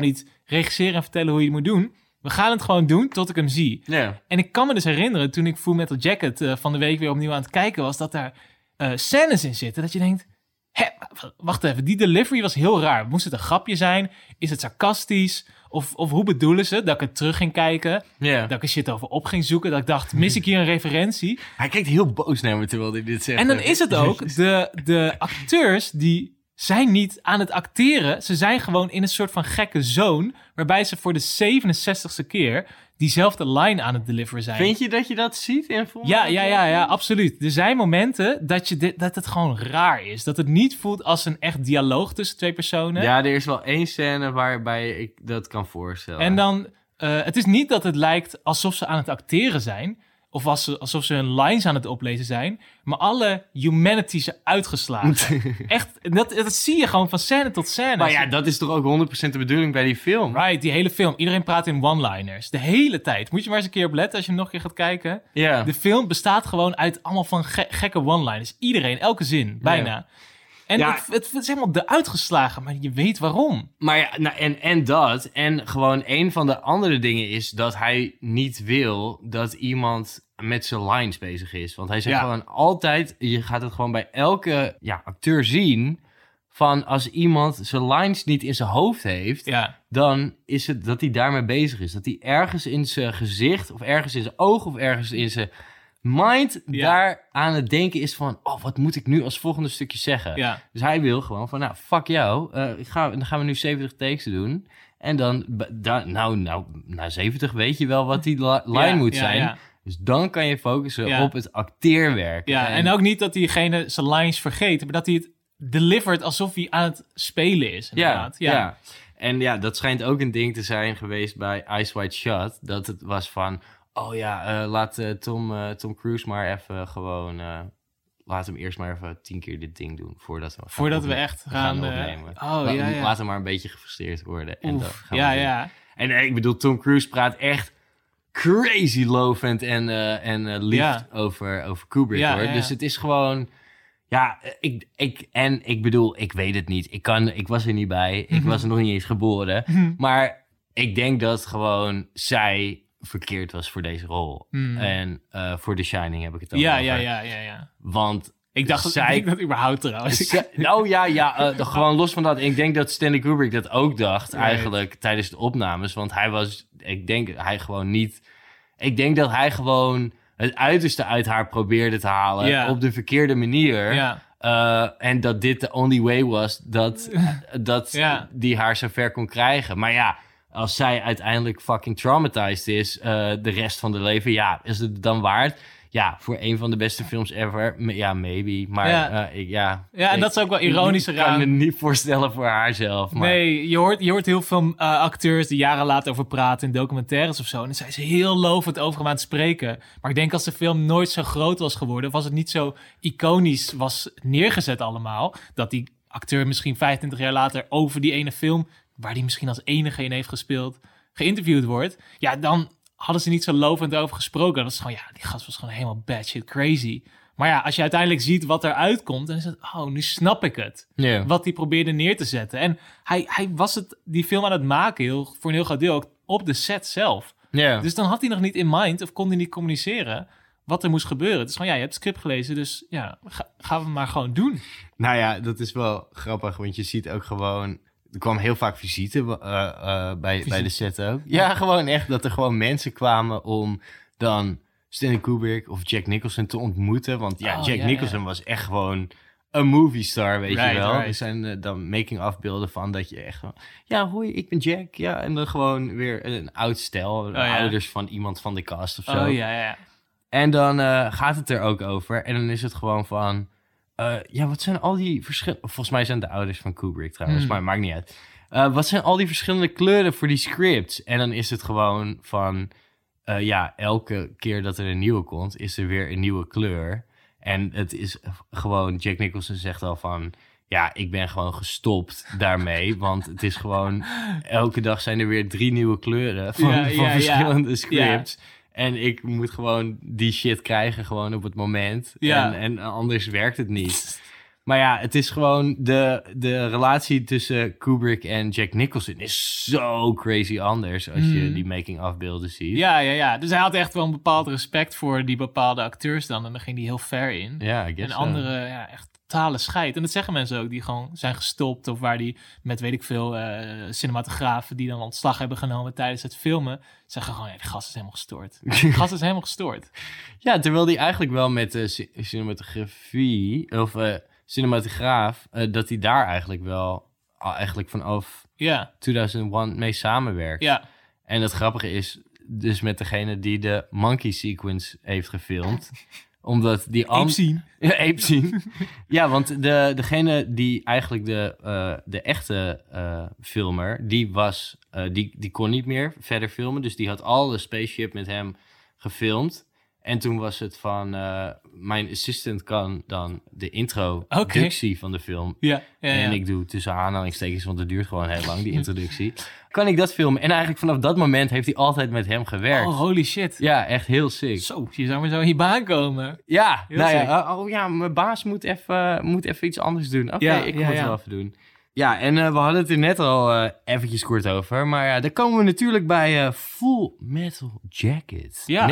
regisseren en vertellen hoe je het moet doen. We gaan het gewoon doen tot ik hem zie. Ja. En ik kan me dus herinneren, toen ik Full Metal Jacket van de week weer opnieuw aan het kijken was, dat daar scènes in zitten dat je denkt, wacht even, die delivery was heel raar. Moest het een grapje zijn? Is het sarcastisch? Of hoe bedoelen ze? Dat ik het terug ging kijken. Ja. Dat ik er shit over op ging zoeken. Dat ik dacht, mis ik hier een referentie? Hij kijkt heel boos naar me terwijl hij dit zegt. En dan is het ook, de acteurs die zijn niet aan het acteren. Ze zijn gewoon in een soort van gekke zone, waarbij ze voor de 67ste keer diezelfde line aan het deliveren zijn. Vind je dat je dat ziet in Full Ja, Metal ja, absoluut. Er zijn momenten dat het gewoon raar is. Dat het niet voelt als een echt dialoog tussen twee personen. Ja, er is wel één scène waarbij ik dat kan voorstellen. En dan, het is niet dat het lijkt alsof ze aan het acteren zijn, of alsof ze hun lines aan het oplezen zijn, maar alle humanity is uitgeslagen. Echt, dat zie je gewoon van scène tot scène. Maar ja, dat is toch ook 100% de bedoeling bij die film? Right, die hele film. Iedereen praat in one-liners. De hele tijd. Moet je maar eens een keer op letten als je hem nog een keer gaat kijken. Ja. De film bestaat gewoon uit allemaal van gekke one-liners. Iedereen, elke zin, bijna. Ja. En Ja. het is helemaal de uitgeslagen, maar je weet waarom. Maar ja, nou, en dat. En gewoon een van de andere dingen is dat hij niet wil dat iemand met zijn lines bezig is. Want hij zegt gewoon altijd, je gaat het gewoon bij elke acteur zien, van als iemand zijn lines niet in zijn hoofd heeft, dan is het dat hij daarmee bezig is. Dat hij ergens in zijn gezicht, of ergens in zijn oog, of ergens in zijn mind daar aan het denken is van, oh, wat moet ik nu als volgende stukje zeggen? Ja. Dus hij wil gewoon van, nou, fuck jou, dan gaan we nu 70 takes doen. En dan, na 70 weet je wel wat die line moet zijn. Ja. Dus dan kan je focussen op het acteerwerk. Ja, en ook niet dat diegene zijn lines vergeet, maar dat hij het delivert alsof hij aan het spelen is. Inderdaad. Ja. En ja, dat schijnt ook een ding te zijn geweest bij Eyes Wide Shut. Dat het was van, laat Tom Cruise maar even gewoon, laat hem eerst maar even 10 keer dit ding doen voordat we echt gaan opnemen. Laat hem maar een beetje gefrustreerd worden. En dan gaan we doen. En ik bedoel, Tom Cruise praat echt crazy lovend en lief over Kubrick, hoor. Ja. Dus het is gewoon, ik bedoel, ik weet het niet. Ik was er niet bij. Ik was er nog niet eens geboren. Maar ik denk dat gewoon zij verkeerd was voor deze rol. En voor The Shining heb ik het over. Ja. Want ik dacht dat überhaupt trouwens. Gewoon los van dat. Ik denk dat Stanley Kubrick dat ook dacht eigenlijk tijdens de opnames. Want ik denk dat hij gewoon het uiterste uit haar probeerde te halen op de verkeerde manier. En dat dit de only way was dat die haar zo ver kon krijgen. Maar ja, als zij uiteindelijk fucking traumatized is de rest van haar leven, is het dan waard? Ja, voor een van de beste films ever. Ja, maybe. Maar en dat is ook wel ironisch eraan. Ik kan me niet voorstellen voor haarzelf. Maar... Nee, je hoort heel veel acteurs die jaren later over praten in documentaires of zo. En dan zijn ze heel lovend over hem aan het spreken. Maar ik denk als de film nooit zo groot was geworden, of als het niet zo iconisch was neergezet allemaal, dat die acteur misschien 25 jaar later over die ene film, waar die misschien als enige in heeft gespeeld, geïnterviewd wordt. Ja, dan hadden ze niet zo lovend over gesproken. Dat is gewoon, die gast was gewoon helemaal batshit crazy. Maar ja, als je uiteindelijk ziet wat eruit komt, dan is het, nu snap ik het. Yeah. Wat hij probeerde neer te zetten. En hij was die film aan het maken, voor een heel groot deel, ook op de set zelf. Yeah. Dus dan had hij nog niet in mind, of kon hij niet communiceren wat er moest gebeuren. Het is gewoon, je hebt het script gelezen, dus gaan we maar gewoon doen. Nou ja, dat is wel grappig, want je ziet ook gewoon, er kwam heel vaak visite bij de set ook. Ja, gewoon echt dat er gewoon mensen kwamen om dan Stanley Kubrick of Jack Nicholson te ontmoeten. Want Jack Nicholson was echt gewoon een movie star, weet je wel. Er zijn dan making-of beelden van dat je echt gewoon, hoi, ik ben Jack. Ja, en dan gewoon weer een oud stel, ouders van iemand van de cast of zo. En dan gaat het er ook over. En dan is het gewoon van, wat zijn al die verschillende... Volgens mij zijn de ouders van Kubrick trouwens, maar maakt niet uit. Wat zijn al die verschillende kleuren voor die scripts? En dan is het gewoon van, elke keer dat er een nieuwe komt, is er weer een nieuwe kleur. En het is gewoon, Jack Nicholson zegt al van, ik ben gewoon gestopt daarmee. Want het is gewoon, elke dag zijn er weer 3 nieuwe kleuren van verschillende scripts. Ja. En ik moet gewoon die shit krijgen gewoon op het moment. En anders werkt het niet. Maar ja, het is gewoon de relatie tussen Kubrick en Jack Nicholson is zo crazy anders als je die making-of-beelden ziet. Ja. Dus hij had echt wel een bepaald respect voor die bepaalde acteurs dan. En dan ging hij heel ver in. Ja, I guess En andere, echt totale scheid. En dat zeggen mensen ook, die gewoon zijn gestopt. Of waar die met, weet ik veel, cinematografen die dan ontslag hebben genomen tijdens het filmen. Zeggen gewoon, die gast is helemaal gestoord. Die gast is helemaal gestoord. Ja, terwijl die eigenlijk wel met cinematografie, of cinematograaf, dat hij daar eigenlijk wel, eigenlijk vanaf 2001 mee samenwerkt. Ja. En het grappige is, dus met degene die de monkey sequence heeft gefilmd, omdat die Ape Scene. Ja, Ape Scene. Ja, want degene die eigenlijk de echte filmer, die kon niet meer verder filmen. Dus die had al de spaceship met hem gefilmd. En toen was het van, mijn assistant kan dan de introductie van de film. Ja. En ik doe tussen aanhalingstekens, want het duurt gewoon heel lang, die introductie. Kan ik dat filmen? En eigenlijk vanaf dat moment heeft hij altijd met hem gewerkt. Oh, holy shit. Ja, echt heel sick. Zo, je zou maar zo in je baan komen. Ja, Heel nou sick. ja, mijn baas moet even iets anders doen. Oké, ik kom het wel even doen. Ja, en we hadden het er net al eventjes kort over. Maar ja, daar komen we natuurlijk bij Full Metal Jacket. Ja.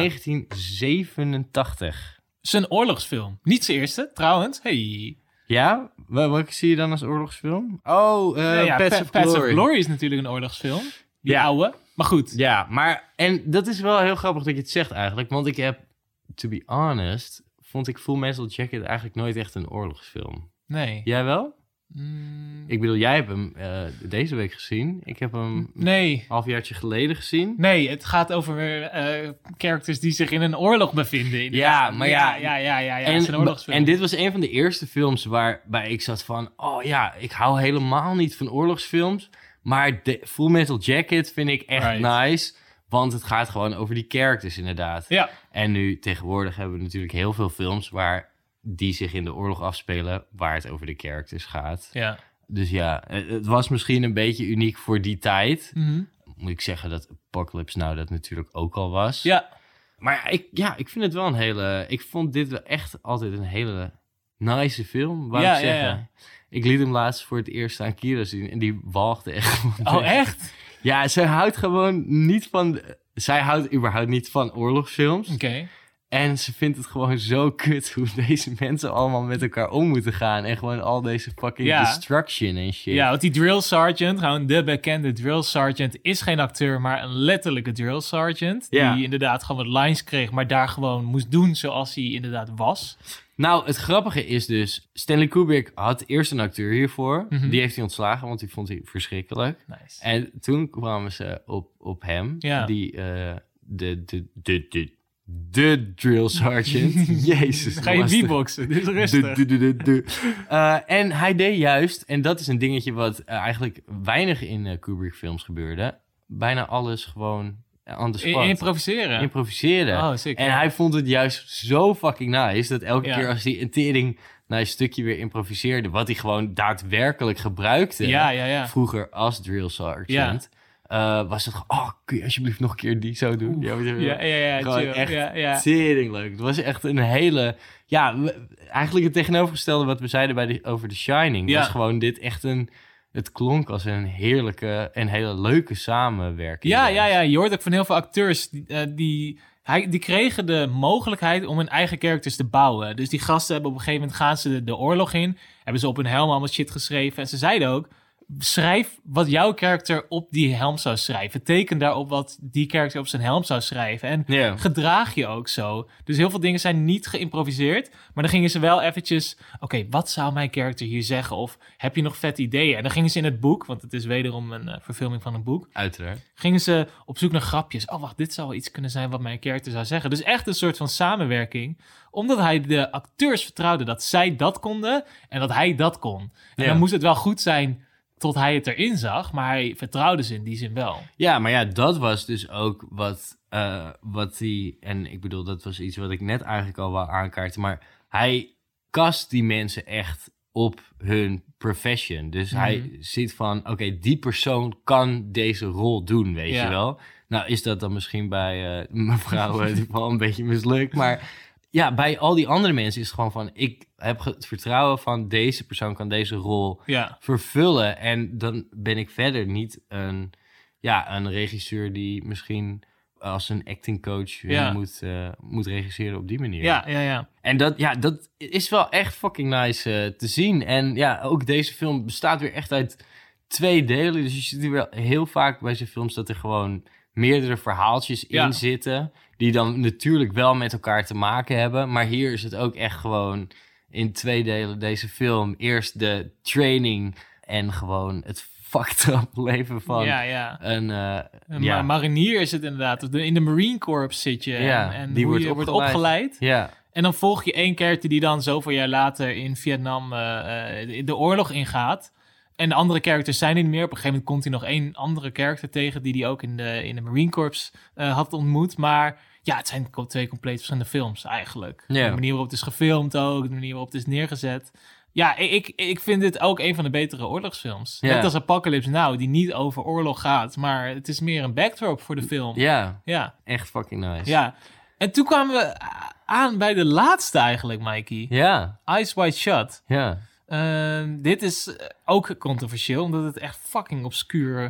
1987. Zijn oorlogsfilm. Niet zijn eerste, trouwens. Hey. Ja? Welke zie je dan als oorlogsfilm? Oh, Paths of Paths of Glory. Glory is natuurlijk een oorlogsfilm. Die Ja. oude. Maar goed. Ja, en dat is wel heel grappig dat je het zegt eigenlijk. Want ik heb, to be honest, vond ik Full Metal Jacket eigenlijk nooit echt een oorlogsfilm. Nee. Jij wel? Mm, Ik bedoel, jij hebt hem deze week gezien. Ik heb hem nee. een halfjaartje geleden gezien. Nee, het gaat over characters die zich in een oorlog bevinden. Ja, maar ja. Ja, het is een oorlogsfilm. En dit was een van de eerste films waarbij ik zat van, oh ja, ik hou helemaal niet van oorlogsfilms. Maar Full Metal Jacket vind ik echt nice. Want het gaat gewoon over die characters inderdaad. Ja. En nu tegenwoordig hebben we natuurlijk heel veel films die zich in de oorlog afspelen, waar het over de characters gaat. Ja. Dus ja, het was misschien een beetje uniek voor die tijd. Mhm. Moet ik zeggen dat Apocalypse Now dat natuurlijk ook al was. Ja. Maar ik vind het wel een hele... Ik vond dit wel echt altijd een hele nice film, wou ik zeggen. Ja. Ik liet hem laatst voor het eerst aan Kira zien en die walgde echt. Oh, echt? Ja, zij houdt gewoon niet van... Zij houdt überhaupt niet van oorlogsfilms. Oké. En ze vindt het gewoon zo kut hoe deze mensen allemaal met elkaar om moeten gaan. En gewoon al deze fucking destruction en shit. Ja, want die drill sergeant, gewoon de bekende drill sergeant, is geen acteur, maar een letterlijke drill sergeant. Ja. Die inderdaad gewoon wat lines kreeg, maar daar gewoon moest doen zoals hij inderdaad was. Nou, het grappige is dus, Stanley Kubrick had eerst een acteur hiervoor. Mhm. Die heeft hij ontslagen, want die vond hij verschrikkelijk. Nice. En toen kwamen ze op hem, Ja. die de drill sergeant. Jezus. Dan ga je lastig. beatboxen, dit is rustig. En hij deed juist, en dat is een dingetje wat eigenlijk weinig in Kubrick films gebeurde, bijna alles gewoon on the spot. Improviseren. Improviseren. Oh, sick. En hij vond het juist zo fucking nice, dat elke Ja. keer als hij een tering naar een stukje weer improviseerde, wat hij gewoon daadwerkelijk gebruikte Ja. vroeger als drill sergeant, was het gewoon, kun je alsjeblieft nog een keer die zo doen? Ja, Gewoon chill. echt Ja. tering leuk. Het was echt een hele... Ja, eigenlijk het tegenovergestelde wat we zeiden over The Shining. Ja. Was gewoon dit echt het klonk als een heerlijke en hele leuke samenwerking. Ja. Je hoort ook van heel veel acteurs die kregen de mogelijkheid om hun eigen characters te bouwen. Dus die gasten hebben op een gegeven moment gaan ze de oorlog in, hebben ze op hun helm allemaal shit geschreven. En ze zeiden ook, schrijf wat jouw karakter op die helm zou schrijven. Teken daarop wat die karakter op zijn helm zou schrijven. En gedraag je ook zo. Dus heel veel dingen zijn niet geïmproviseerd. Maar dan gingen ze wel eventjes, oké, wat zou mijn karakter hier zeggen? Of heb je nog vet ideeën? En dan gingen ze in het boek, want het is wederom een verfilming van een boek. Uiteraard. Gingen ze op zoek naar grapjes. Oh, wacht, dit zou wel iets kunnen zijn wat mijn karakter zou zeggen. Dus echt een soort van samenwerking. Omdat hij de acteurs vertrouwde dat zij dat konden en dat hij dat kon. En dan moest het wel goed zijn tot hij het erin zag, maar hij vertrouwde ze in die zin wel. Ja, maar ja, dat was dus ook wat hij... En ik bedoel, dat was iets wat ik net eigenlijk al wou aankaarten. Maar hij cast die mensen echt op hun profession. Dus hij ziet van, oké, die persoon kan deze rol doen, weet je wel. Nou, is dat dan misschien bij mevrouw wel een beetje mislukt, maar... ja, bij al die andere mensen is het gewoon van... ik heb het vertrouwen van deze persoon kan deze rol vervullen. En dan ben ik verder niet een regisseur die misschien als een acting coach moet regisseren op die manier. Ja. En dat is wel echt fucking nice te zien. En ja, ook deze film bestaat weer echt uit 2 delen. Dus je ziet wel heel vaak bij zijn films dat er gewoon meerdere verhaaltjes in zitten... die dan natuurlijk wel met elkaar te maken hebben. Maar hier is het ook echt gewoon in 2 delen deze film. Eerst de training en gewoon het fucked up leven van een marinier is het inderdaad. In de Marine Corps zit je en die hoe je wordt opgeleid. Ja. En dan volg je 1 character die dan zoveel jaar later in Vietnam de oorlog ingaat. En de andere characters zijn niet meer. Op een gegeven moment komt hij nog 1 andere character tegen... die hij ook in de Marine Corps had ontmoet. Maar ja, het zijn 2 compleet verschillende films eigenlijk. Yeah. De manier waarop het is gefilmd ook. De manier waarop het is neergezet. Ja, ik vind dit ook een van de betere oorlogsfilms. Yeah. Net als Apocalypse Now, die niet over oorlog gaat. Maar het is meer een backdrop voor de film. Ja, echt fucking nice. Ja, en toen kwamen we aan bij de laatste eigenlijk, Mikey. Ja. Eyes Wide Shut. Ja. Dit is ook controversieel, omdat het echt fucking obscure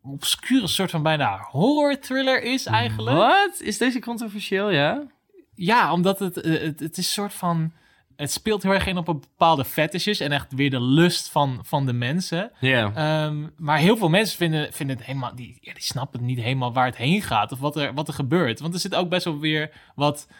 soort van bijna horror thriller is eigenlijk. Wat? Is deze controversieel, ja? Ja, omdat het is soort van... Het speelt heel erg in op een bepaalde fetishes en echt weer de lust van de mensen. Ja. Maar heel veel mensen vinden het helemaal... Die snappen niet helemaal waar het heen gaat of wat er gebeurt. Want er zit ook best wel weer wat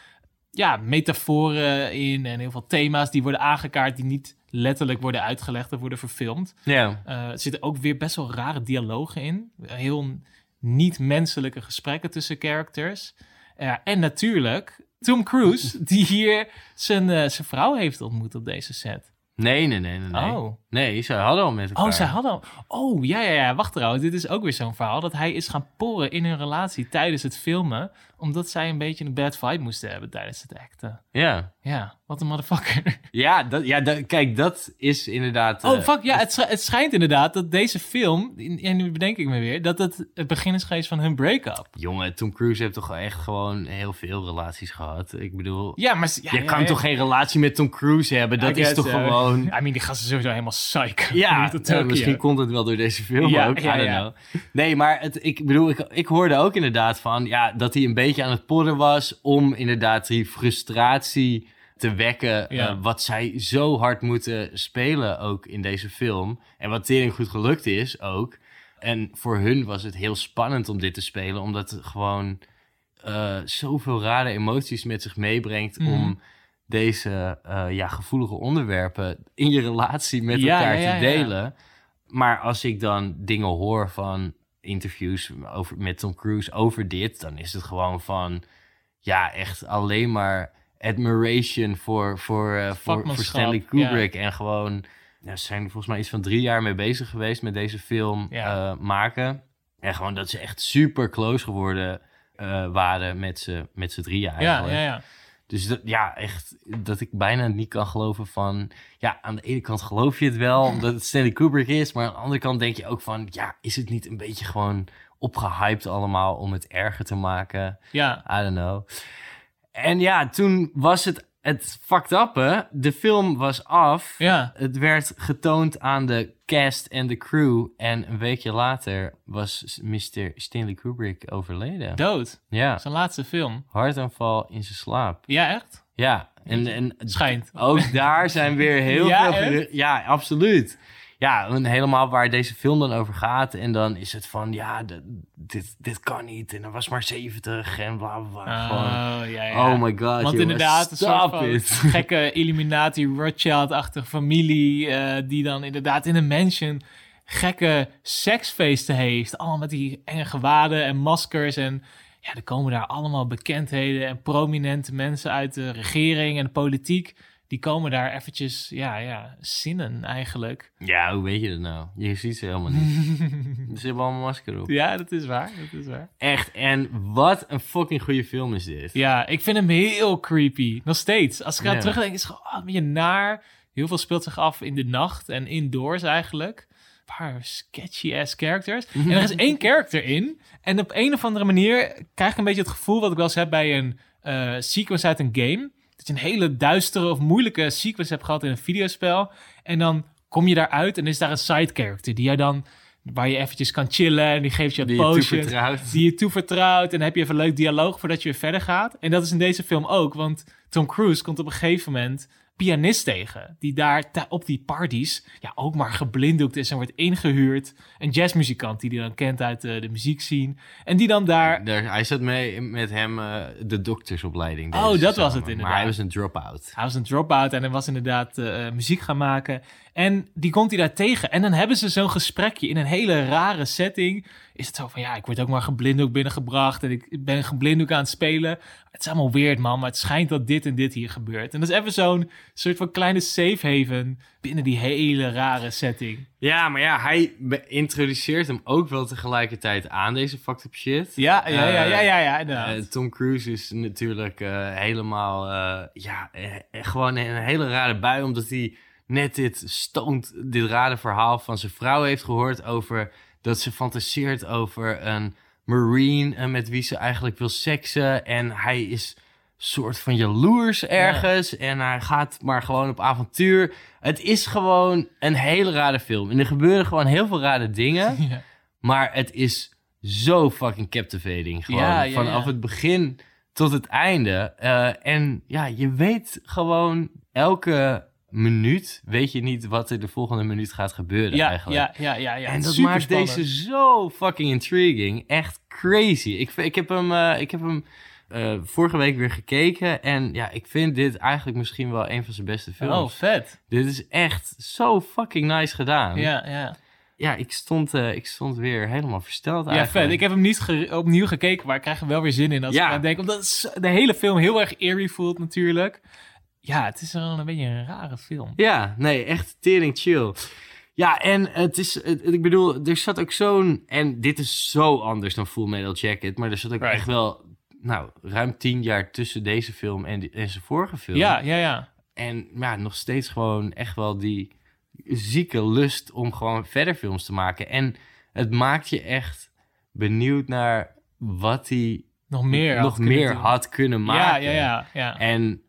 metaforen in en heel veel thema's die worden aangekaart die niet letterlijk worden uitgelegd of worden verfilmd. Ja. Er zitten ook weer best wel rare dialogen in. Heel niet-menselijke gesprekken tussen characters. En natuurlijk Tom Cruise, die hier zijn vrouw heeft ontmoet op deze set. Nee. Oh. Nee, zij hadden al met elkaar. Oh, zij hadden al... Oh, ja. Wacht trouwens, dit is ook weer zo'n verhaal. Dat hij is gaan porren in hun relatie tijdens het filmen. Omdat zij een beetje een bad vibe moesten hebben tijdens het acten. Ja. Ja, wat een motherfucker. Ja, kijk, dat is inderdaad... Oh, fuck, ja, het schijnt inderdaad dat deze film... En nu bedenk ik me weer, dat het begin is geweest van hun break-up. Jongen, Tom Cruise heeft toch echt gewoon heel veel relaties gehad. Ik bedoel... Ja, maar... je kan toch geen relatie met Tom Cruise hebben? Dat is toch gewoon... I mean, die gasten sowieso helemaal psycho. Ja, misschien komt het wel door deze film ook. I don't know. Nee, maar ik hoorde ook inderdaad van... dat hij een beetje aan het porren was... om inderdaad die frustratie te wekken... wat zij zo hard moeten spelen ook in deze film. En wat tering goed gelukt is ook. En voor hun was het heel spannend om dit te spelen... omdat het gewoon zoveel rare emoties met zich meebrengt... om deze gevoelige onderwerpen in je relatie met elkaar te delen. Ja. Maar als ik dan dingen hoor van interviews met Tom Cruise over dit... dan is het gewoon van... echt alleen maar admiration voor Stanley Kubrick. En gewoon... ze zijn er volgens mij iets van 3 jaar mee bezig geweest... met deze film maken. En gewoon dat ze echt super close geworden waren met z'n 3 eigenlijk. Ja. Dus echt dat ik bijna niet kan geloven van... aan de ene kant geloof je het wel, omdat het Stanley Kubrick is... maar aan de andere kant denk je ook van... is het niet een beetje gewoon opgehyped allemaal om het erger te maken? Ja. I don't know. En toen was het fucked up, hè? De film was af. Ja. Het werd getoond aan de cast en de crew. En een weekje later was Mr. Stanley Kubrick overleden. Dood? Ja. Zijn laatste film? Hartaanval in zijn slaap. Ja, echt? Ja. En schijnt. Ook daar zijn weer heel veel... Ja, absoluut. Ja, en helemaal waar deze film dan over gaat. En dan is het van, dit kan niet. En dat was maar 70 en bla, bla, bla. Oh my god, want inderdaad, een soort van gekke Illuminati Rothschild-achtige familie... die dan inderdaad in een mansion gekke seksfeesten heeft. Allemaal met die enge gewaden en maskers. En er komen daar allemaal bekendheden en prominente mensen uit de regering en de politiek... Die komen daar eventjes, zinnen eigenlijk. Ja, hoe weet je dat nou? Je ziet ze helemaal niet. Ze hebben allemaal masker op. Ja, dat is waar. Echt, en wat een fucking goede film is dit. Ja, ik vind hem heel creepy. Nog steeds. Als ik aan terugdenk, is het gewoon een beetje naar. Heel veel speelt zich af in de nacht en indoors eigenlijk. Een paar sketchy-ass characters. En er is 1 character in. En op een of andere manier krijg ik een beetje het gevoel... wat ik wel eens heb bij een sequence uit een game... dat je een hele duistere of moeilijke sequence hebt gehad in een videospel. En dan kom je daaruit en is daar een side character die jij dan, waar je eventjes kan chillen en die geeft je een potion. Die je toevertrouwt. En dan heb je even leuk dialoog voordat je weer verder gaat. En dat is in deze film ook, want Tom Cruise komt op een gegeven moment pianist tegen, die daar op die parties ook maar geblinddoekt is en wordt ingehuurd. Een jazzmuzikant die dan kent uit de muziekscene. En die dan daar... Hij zat mee met hem de doktersopleiding. Dat was het inderdaad. Maar hij was een drop-out. Hij was een drop-out en hij was inderdaad muziek gaan maken. En die komt hij daar tegen. En dan hebben ze zo'n gesprekje in een hele rare setting. Is het zo van, ik word ook maar geblinddoekt binnengebracht en ik ben geblinddoekt aan het spelen. Het is allemaal weird, man, maar het schijnt dat dit en dit hier gebeurt. En dat is even zo'n soort van kleine safe haven binnen die hele rare setting. Ja, maar hij introduceert hem ook wel tegelijkertijd aan deze fucked up shit. Ja, inderdaad. Tom Cruise is natuurlijk helemaal, gewoon in een hele rare bui, omdat hij net dit rare verhaal van zijn vrouw heeft gehoord over dat ze fantaseert over een Marine met wie ze eigenlijk wil seksen. En hij is soort van jaloers ergens. Ja. En hij gaat maar gewoon op avontuur. Het is gewoon een hele rare film. En er gebeuren gewoon heel veel rare dingen. Ja. Maar het is zo fucking captivating. Gewoon vanaf het begin tot het einde. En je weet gewoon elke minuut weet je niet wat er de volgende minuut gaat gebeuren eigenlijk. Ja. En dat maakt spannend. Deze zo fucking intriguing. Echt crazy. Ik heb hem vorige week weer gekeken. En ik vind dit eigenlijk misschien wel een van zijn beste films. Oh, vet. Dit is echt zo fucking nice gedaan. Ja. Ja, ik stond weer helemaal versteld eigenlijk. Ja, vet. Ik heb hem niet opnieuw gekeken, maar ik krijg er wel weer zin in als ik aan denk. Omdat de hele film heel erg eerie voelt natuurlijk. Ja, het is wel een beetje een rare film. Ja, nee, echt tering chill. Ja, en ik bedoel, er zat ook zo'n... En dit is zo anders dan Full Metal Jacket, maar er zat ook echt wel, ruim 10 jaar tussen deze film en zijn vorige film. Ja. En nog steeds gewoon echt wel die zieke lust om gewoon verder films te maken. En het maakt je echt benieuwd naar wat hij nog meer had kunnen maken. Ja. En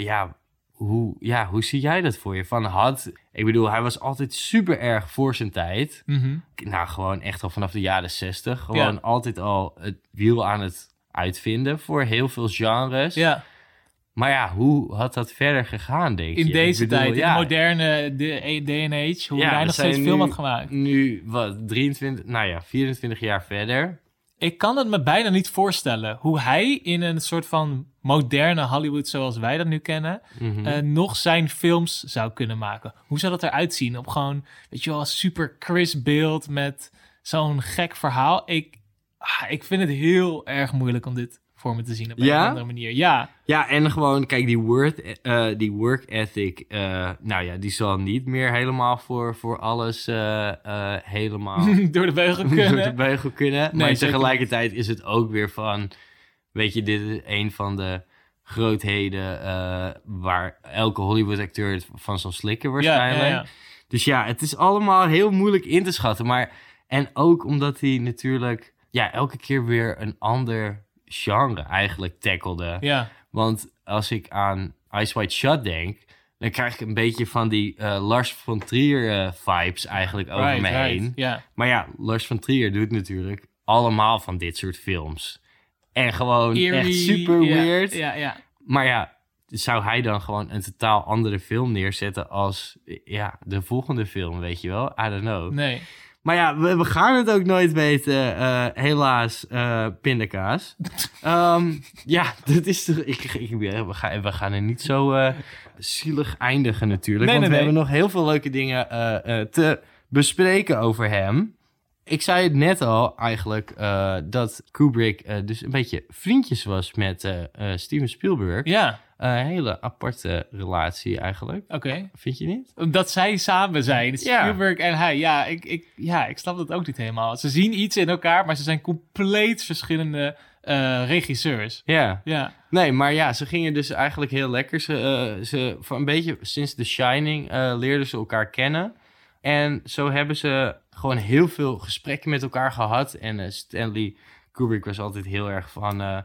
hoe zie jij dat voor je? Ik bedoel, hij was altijd super erg voor zijn tijd. Mm-hmm. Gewoon echt al vanaf de jaren 60. Gewoon altijd al het wiel aan het uitvinden voor heel veel genres. Ja. Maar hoe had dat verder gegaan, denk je? In deze tijd, in de moderne day and age, hoe hij nog steeds film had gemaakt. Nu, 24 jaar verder. Ik kan het me bijna niet voorstellen hoe hij in een soort van moderne Hollywood zoals wij dat nu kennen, nog zijn films zou kunnen maken. Hoe zou dat eruit zien? Op gewoon, weet je wel, super crisp beeld met zo'n gek verhaal. Ik vind het heel erg moeilijk om dit voor me te zien op een andere manier. Ja, en gewoon, kijk, die work ethic, die zal niet meer helemaal voor alles helemaal door de beugel kunnen. Nee, maar tegelijkertijd is het ook weer van, weet je, dit is een van de grootheden waar elke Hollywood-acteur het van zal slikken waarschijnlijk. Ja. Dus het is allemaal heel moeilijk in te schatten. En ook omdat hij natuurlijk elke keer weer een ander genre eigenlijk tackelde. Ja. Want als ik aan Eyes Wide Shut denk, dan krijg ik een beetje van die Lars von Trier vibes eigenlijk over me heen. Yeah. Maar Lars von Trier doet natuurlijk allemaal van dit soort films. En gewoon eerie, echt super weird. Ja. Maar zou hij dan gewoon een totaal andere film neerzetten als de volgende film, weet je wel? I don't know. Nee. Maar we gaan het ook nooit weten, helaas, pindakaas. Dat is toch... We gaan er niet zo zielig eindigen natuurlijk. Want we hebben nog heel veel leuke dingen te bespreken over hem. Ik zei het net al eigenlijk, dat Kubrick dus een beetje vriendjes was met Steven Spielberg. Ja. Een hele aparte relatie eigenlijk. Oké. Vind je niet? Omdat zij samen zijn. Spielberg en hij. Ik snap dat ook niet helemaal. Ze zien iets in elkaar, maar ze zijn compleet verschillende regisseurs. Ja. Nee, maar ze gingen dus eigenlijk heel lekker. Ze van een beetje sinds The Shining leerden ze elkaar kennen. En zo hebben ze gewoon heel veel gesprekken met elkaar gehad. En Stanley Kubrick was altijd heel erg van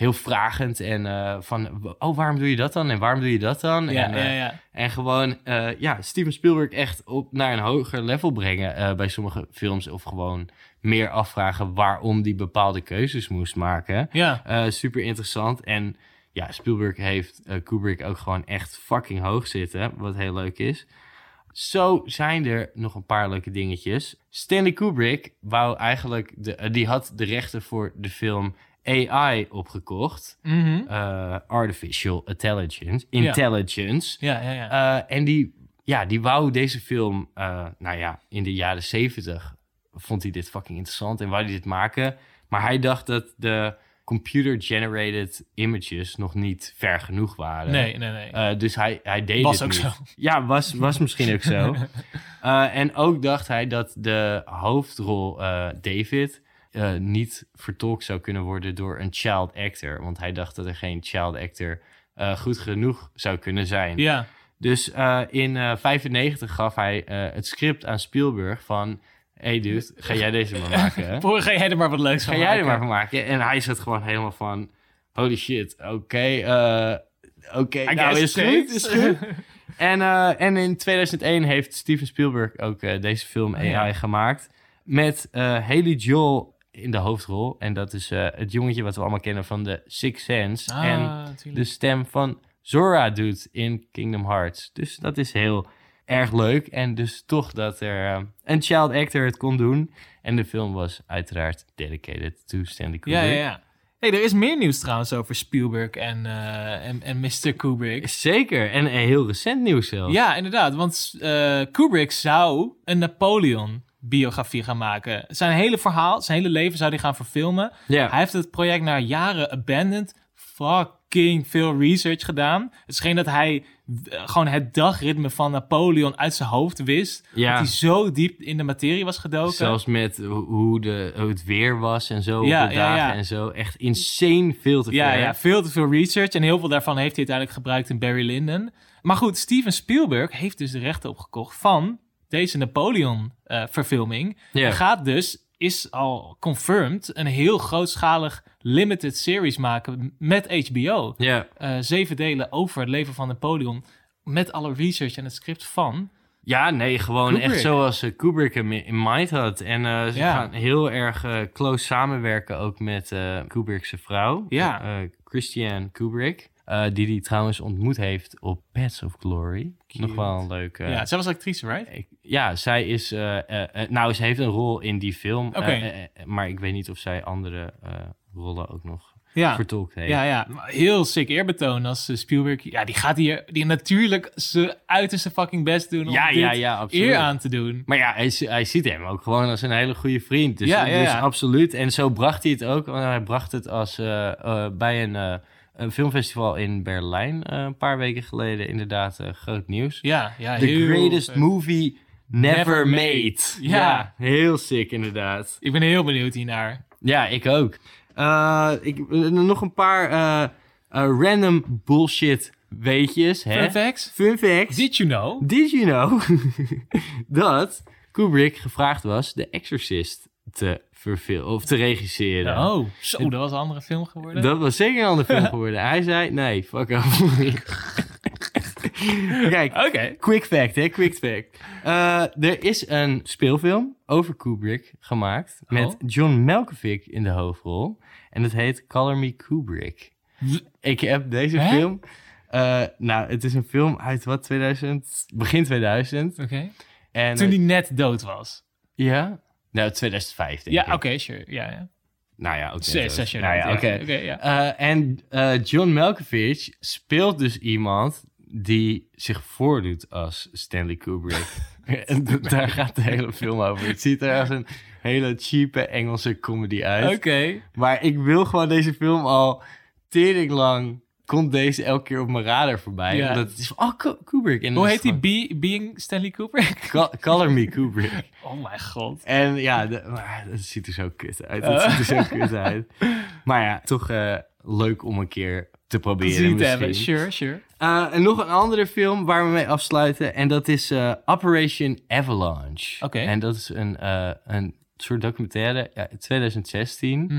heel vragend en van... Oh, waarom doe je dat dan? En waarom doe je dat dan? Ja. En gewoon Steven Spielberg echt naar een hoger level brengen bij sommige films. Of gewoon meer afvragen waarom die bepaalde keuzes moest maken. Ja. Super interessant. En ja, Spielberg heeft Kubrick ook gewoon echt fucking hoog zitten. Wat heel leuk is. Zo zijn er nog een paar leuke dingetjes. Stanley Kubrick wou eigenlijk... die had de rechten voor de film AI opgekocht. Mhm. Artificial Intelligence. Ja. En die wou deze film... in de jaren 70 vond hij dit fucking interessant en wou hij dit maken. Maar hij dacht dat de computer-generated images nog niet ver genoeg waren. Nee. Dus hij deed Was het ook niet. zo. Ja, was misschien ook zo. En ook dacht hij dat de hoofdrol David niet vertolkt zou kunnen worden door een child actor. Want hij dacht dat er geen child actor goed genoeg zou kunnen zijn. Ja. Dus in 1995 gaf hij het script aan Spielberg van... Hey dude, ga jij deze maar maken? Ga jij er maar wat leuks van Ga maken? jij er maar van maken? En hij zat gewoon helemaal van... Holy shit, oké, nou is goed. En in 2001 heeft Steven Spielberg ook deze film AI gemaakt. Met Haley Joel in de hoofdrol. En dat is het jongetje wat we allemaal kennen van The Sixth Sense. En natuurlijk. de stem van Zora doet in Kingdom Hearts. Dus dat is heel erg leuk. En dus toch dat er een child actor het kon doen. En de film was uiteraard dedicated to Stanley Kubrick. Ja. Hey, er is meer nieuws trouwens over Spielberg en Mr. Kubrick. Zeker, en heel recent nieuws zelfs. Ja, inderdaad, want Kubrick zou een Napoleon-biografie gaan maken. Zijn hele verhaal, zijn hele leven zou hij gaan verfilmen. Ja. Hij heeft het project na jaren abandoned. Fucking veel research gedaan. Het scheen dat hij gewoon het dagritme van Napoleon uit zijn hoofd wist. Ja. Dat hij zo diep in de materie was gedoken. Zelfs met hoe het weer was en zo op de dagen en zo. Echt insane veel te veel. Ja, veel te veel research. En heel veel daarvan heeft hij uiteindelijk gebruikt in Barry Lyndon. Maar goed, Steven Spielberg heeft dus de rechten opgekocht van deze Napoleon-verfilming. Ja. En gaat dus, is al confirmed, een heel grootschalig limited series maken met HBO. Ja. 7 delen over het leven van Napoleon. Met alle research en het script van... Ja, nee, gewoon Kubrick. echt zoals Kubrick hem in mind had. En ze gaan heel erg close samenwerken ook met Kubrick's vrouw. Ja. Christiane Kubrick. Die hij trouwens ontmoet heeft op Paths of Glory. Cute. Nog wel een leuk... ja, zij was actrice, right? Ja, zij is... ze heeft een rol in die film. Oké. Maar ik weet niet of zij andere rollen ook nog vertolkt heeft. Ja. Heel sick eerbetoon als Spielberg. Ja, die gaat hier natuurlijk zijn uiterste fucking best doen om dit absoluut. eer aan te doen. Maar ja, hij ziet hem ook gewoon als een hele goede vriend. Dus, Ja. dus absoluut. En zo bracht hij het ook. Want hij bracht het als bij een filmfestival in Berlijn een paar weken geleden. Inderdaad, groot nieuws. Ja, The heel greatest vet. movie never made. made. Ja, heel sick inderdaad. Ik ben heel benieuwd hiernaar. Ja, ik ook. Nog een paar random bullshit weetjes. Hè? Fun facts? Fun facts. Did you know? Did you know dat Kubrick gevraagd was The Exorcist te regisseren? Oh, zo, dat was een andere film geworden. Dat was zeker een andere film geworden. Hij zei, nee, fuck off. Kijk, Oké. quick fact, hè, quick fact. Er is een speelfilm over Kubrick gemaakt met John Malkovich in de hoofdrol. En het heet Color Me Kubrick. Ik heb deze film... het is een film uit begin 2000. Oké. En, Toen hij net dood was. Ja? Nou, 2005 denk ik. Ja, oké, sure. Ja. Nou ja, ook 6 jaar nou ja, dood, oké. ja. En John Malkovich speelt dus iemand die zich voordoet als Stanley Kubrick. En daar gaat de hele film over. Het ziet er als een hele cheape Engelse comedy uit. Oké. Maar ik wil gewoon deze film al tering lang... Komt deze elke keer op mijn radar voorbij. Ja. Omdat het is van, Kubrick. En Hoe dat heet is die? Being Stanley Kubrick? gewoon, Color Me Kubrick. Oh mijn god. En ja, dat ziet er zo kut uit. Dat ziet er zo kut uit. Maar ja, toch leuk om een keer te proberen. Gezien te misschien. hebben, sure. En nog een andere film waar we mee afsluiten. En dat is Operation Avalanche. Oké. En dat is een soort documentaire, 2016... Mhm.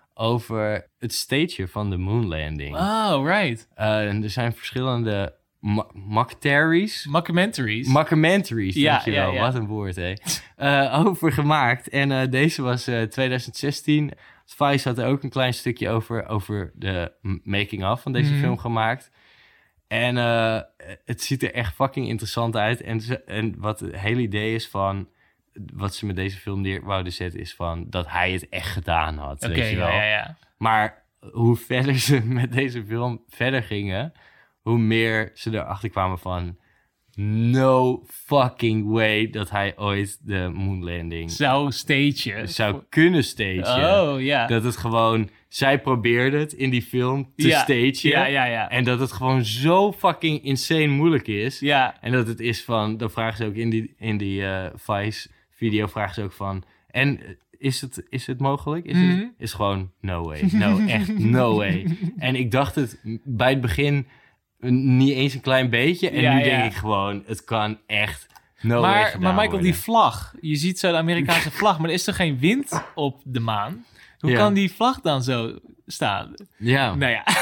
over het stagen van de moonlanding. Oh, right. En er zijn verschillende mockumentaries. Mockumentaries. Ja, Dankjewel. ja. Wat een woord, hè. Over gemaakt. En deze was 2016. Vice had er ook een klein stukje over de making-of van deze film gemaakt. En het ziet er echt fucking interessant uit. En wat het hele idee is van... Wat ze met deze film neer wouden zetten is van... dat hij het echt gedaan had, weet je wel. Ja. Maar hoe verder ze met deze film verder gingen... hoe meer ze erachter kwamen van... no fucking way dat hij ooit de moonlanding... zou kunnen stagen. Oh, ja. Dat het gewoon... Zij probeerde het in die film te stagen. Ja. En dat het gewoon zo fucking insane moeilijk is. Ja. En dat het is van... Dan vragen ze ook in die Vice-video... vragen ze ook van... En is het mogelijk? Is gewoon no way. No, echt no way. En ik dacht het bij het begin... niet eens een klein beetje. En nu denk ik gewoon... Het kan echt... No way gedaan maar Michael, worden. die vlag. Je ziet zo de Amerikaanse vlag. Maar er is er geen wind op de maan? Hoe kan die vlag dan zo staan? Ja. Nou ja.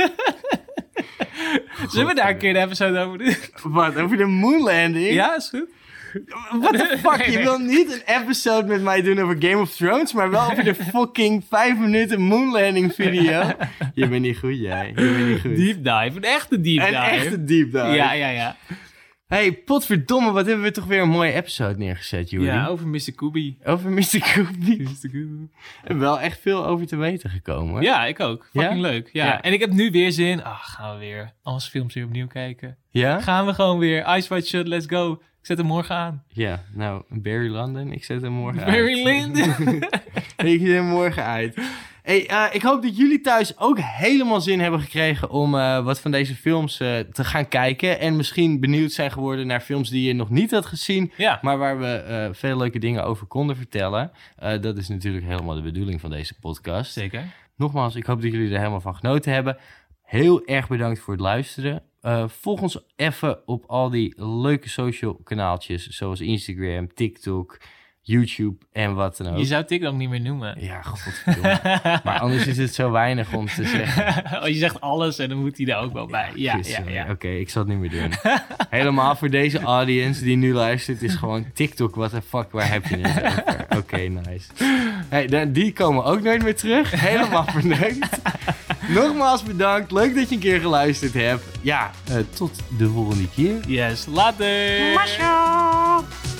Zullen we daar een keer een episode over doen? Wat? Over de moonlanding? Ja, is goed. What the fuck? Je wil niet een episode met mij doen over Game of Thrones... maar wel over de fucking 5 minuten moonlanding video? Je bent niet goed, jij. Je bent niet goed. Deep dive. Een echte deep dive. Een echte deep dive. Ja. Hey, potverdomme, wat hebben we toch weer een mooie episode neergezet, Juri. Ja, over Mr. Kobe. Over Mr. Kobe. En wel echt veel over te weten gekomen. Ja, ik ook. Fucking leuk. Ja. Ja. En ik heb nu weer zin. Gaan we weer onze films weer opnieuw kijken. Ja? Gaan we gewoon weer. Ice White Shut, let's go. Ik zet hem morgen aan. Ja, nou, Barry London, ik zet hem morgen uit. Barry Lyndon. Ik zet hem morgen uit. Hey, ik hoop dat jullie thuis ook helemaal zin hebben gekregen om wat van deze films te gaan kijken. En misschien benieuwd zijn geworden naar films die je nog niet had gezien. Ja. Maar waar we veel leuke dingen over konden vertellen. Dat is natuurlijk helemaal de bedoeling van deze podcast. Zeker. Nogmaals, ik hoop dat jullie er helemaal van genoten hebben. Heel erg bedankt voor het luisteren. Volg ons even op al die leuke social kanaaltjes. Zoals Instagram, TikTok, YouTube en wat dan ook. Je zou TikTok niet meer noemen. Ja, godverdomme. Maar anders is het zo weinig om te zeggen. Je zegt alles en dan moet hij er ook wel bij. Ja. Oké, ik zal het niet meer doen. Helemaal voor deze audience die nu luistert is gewoon TikTok, what the fuck, waar heb je het over? Oké, nice. Hey, die komen ook nooit meer terug. Helemaal verneukt. Nogmaals bedankt. Leuk dat je een keer geluisterd hebt. Ja, tot de volgende keer. Yes, later. Masha!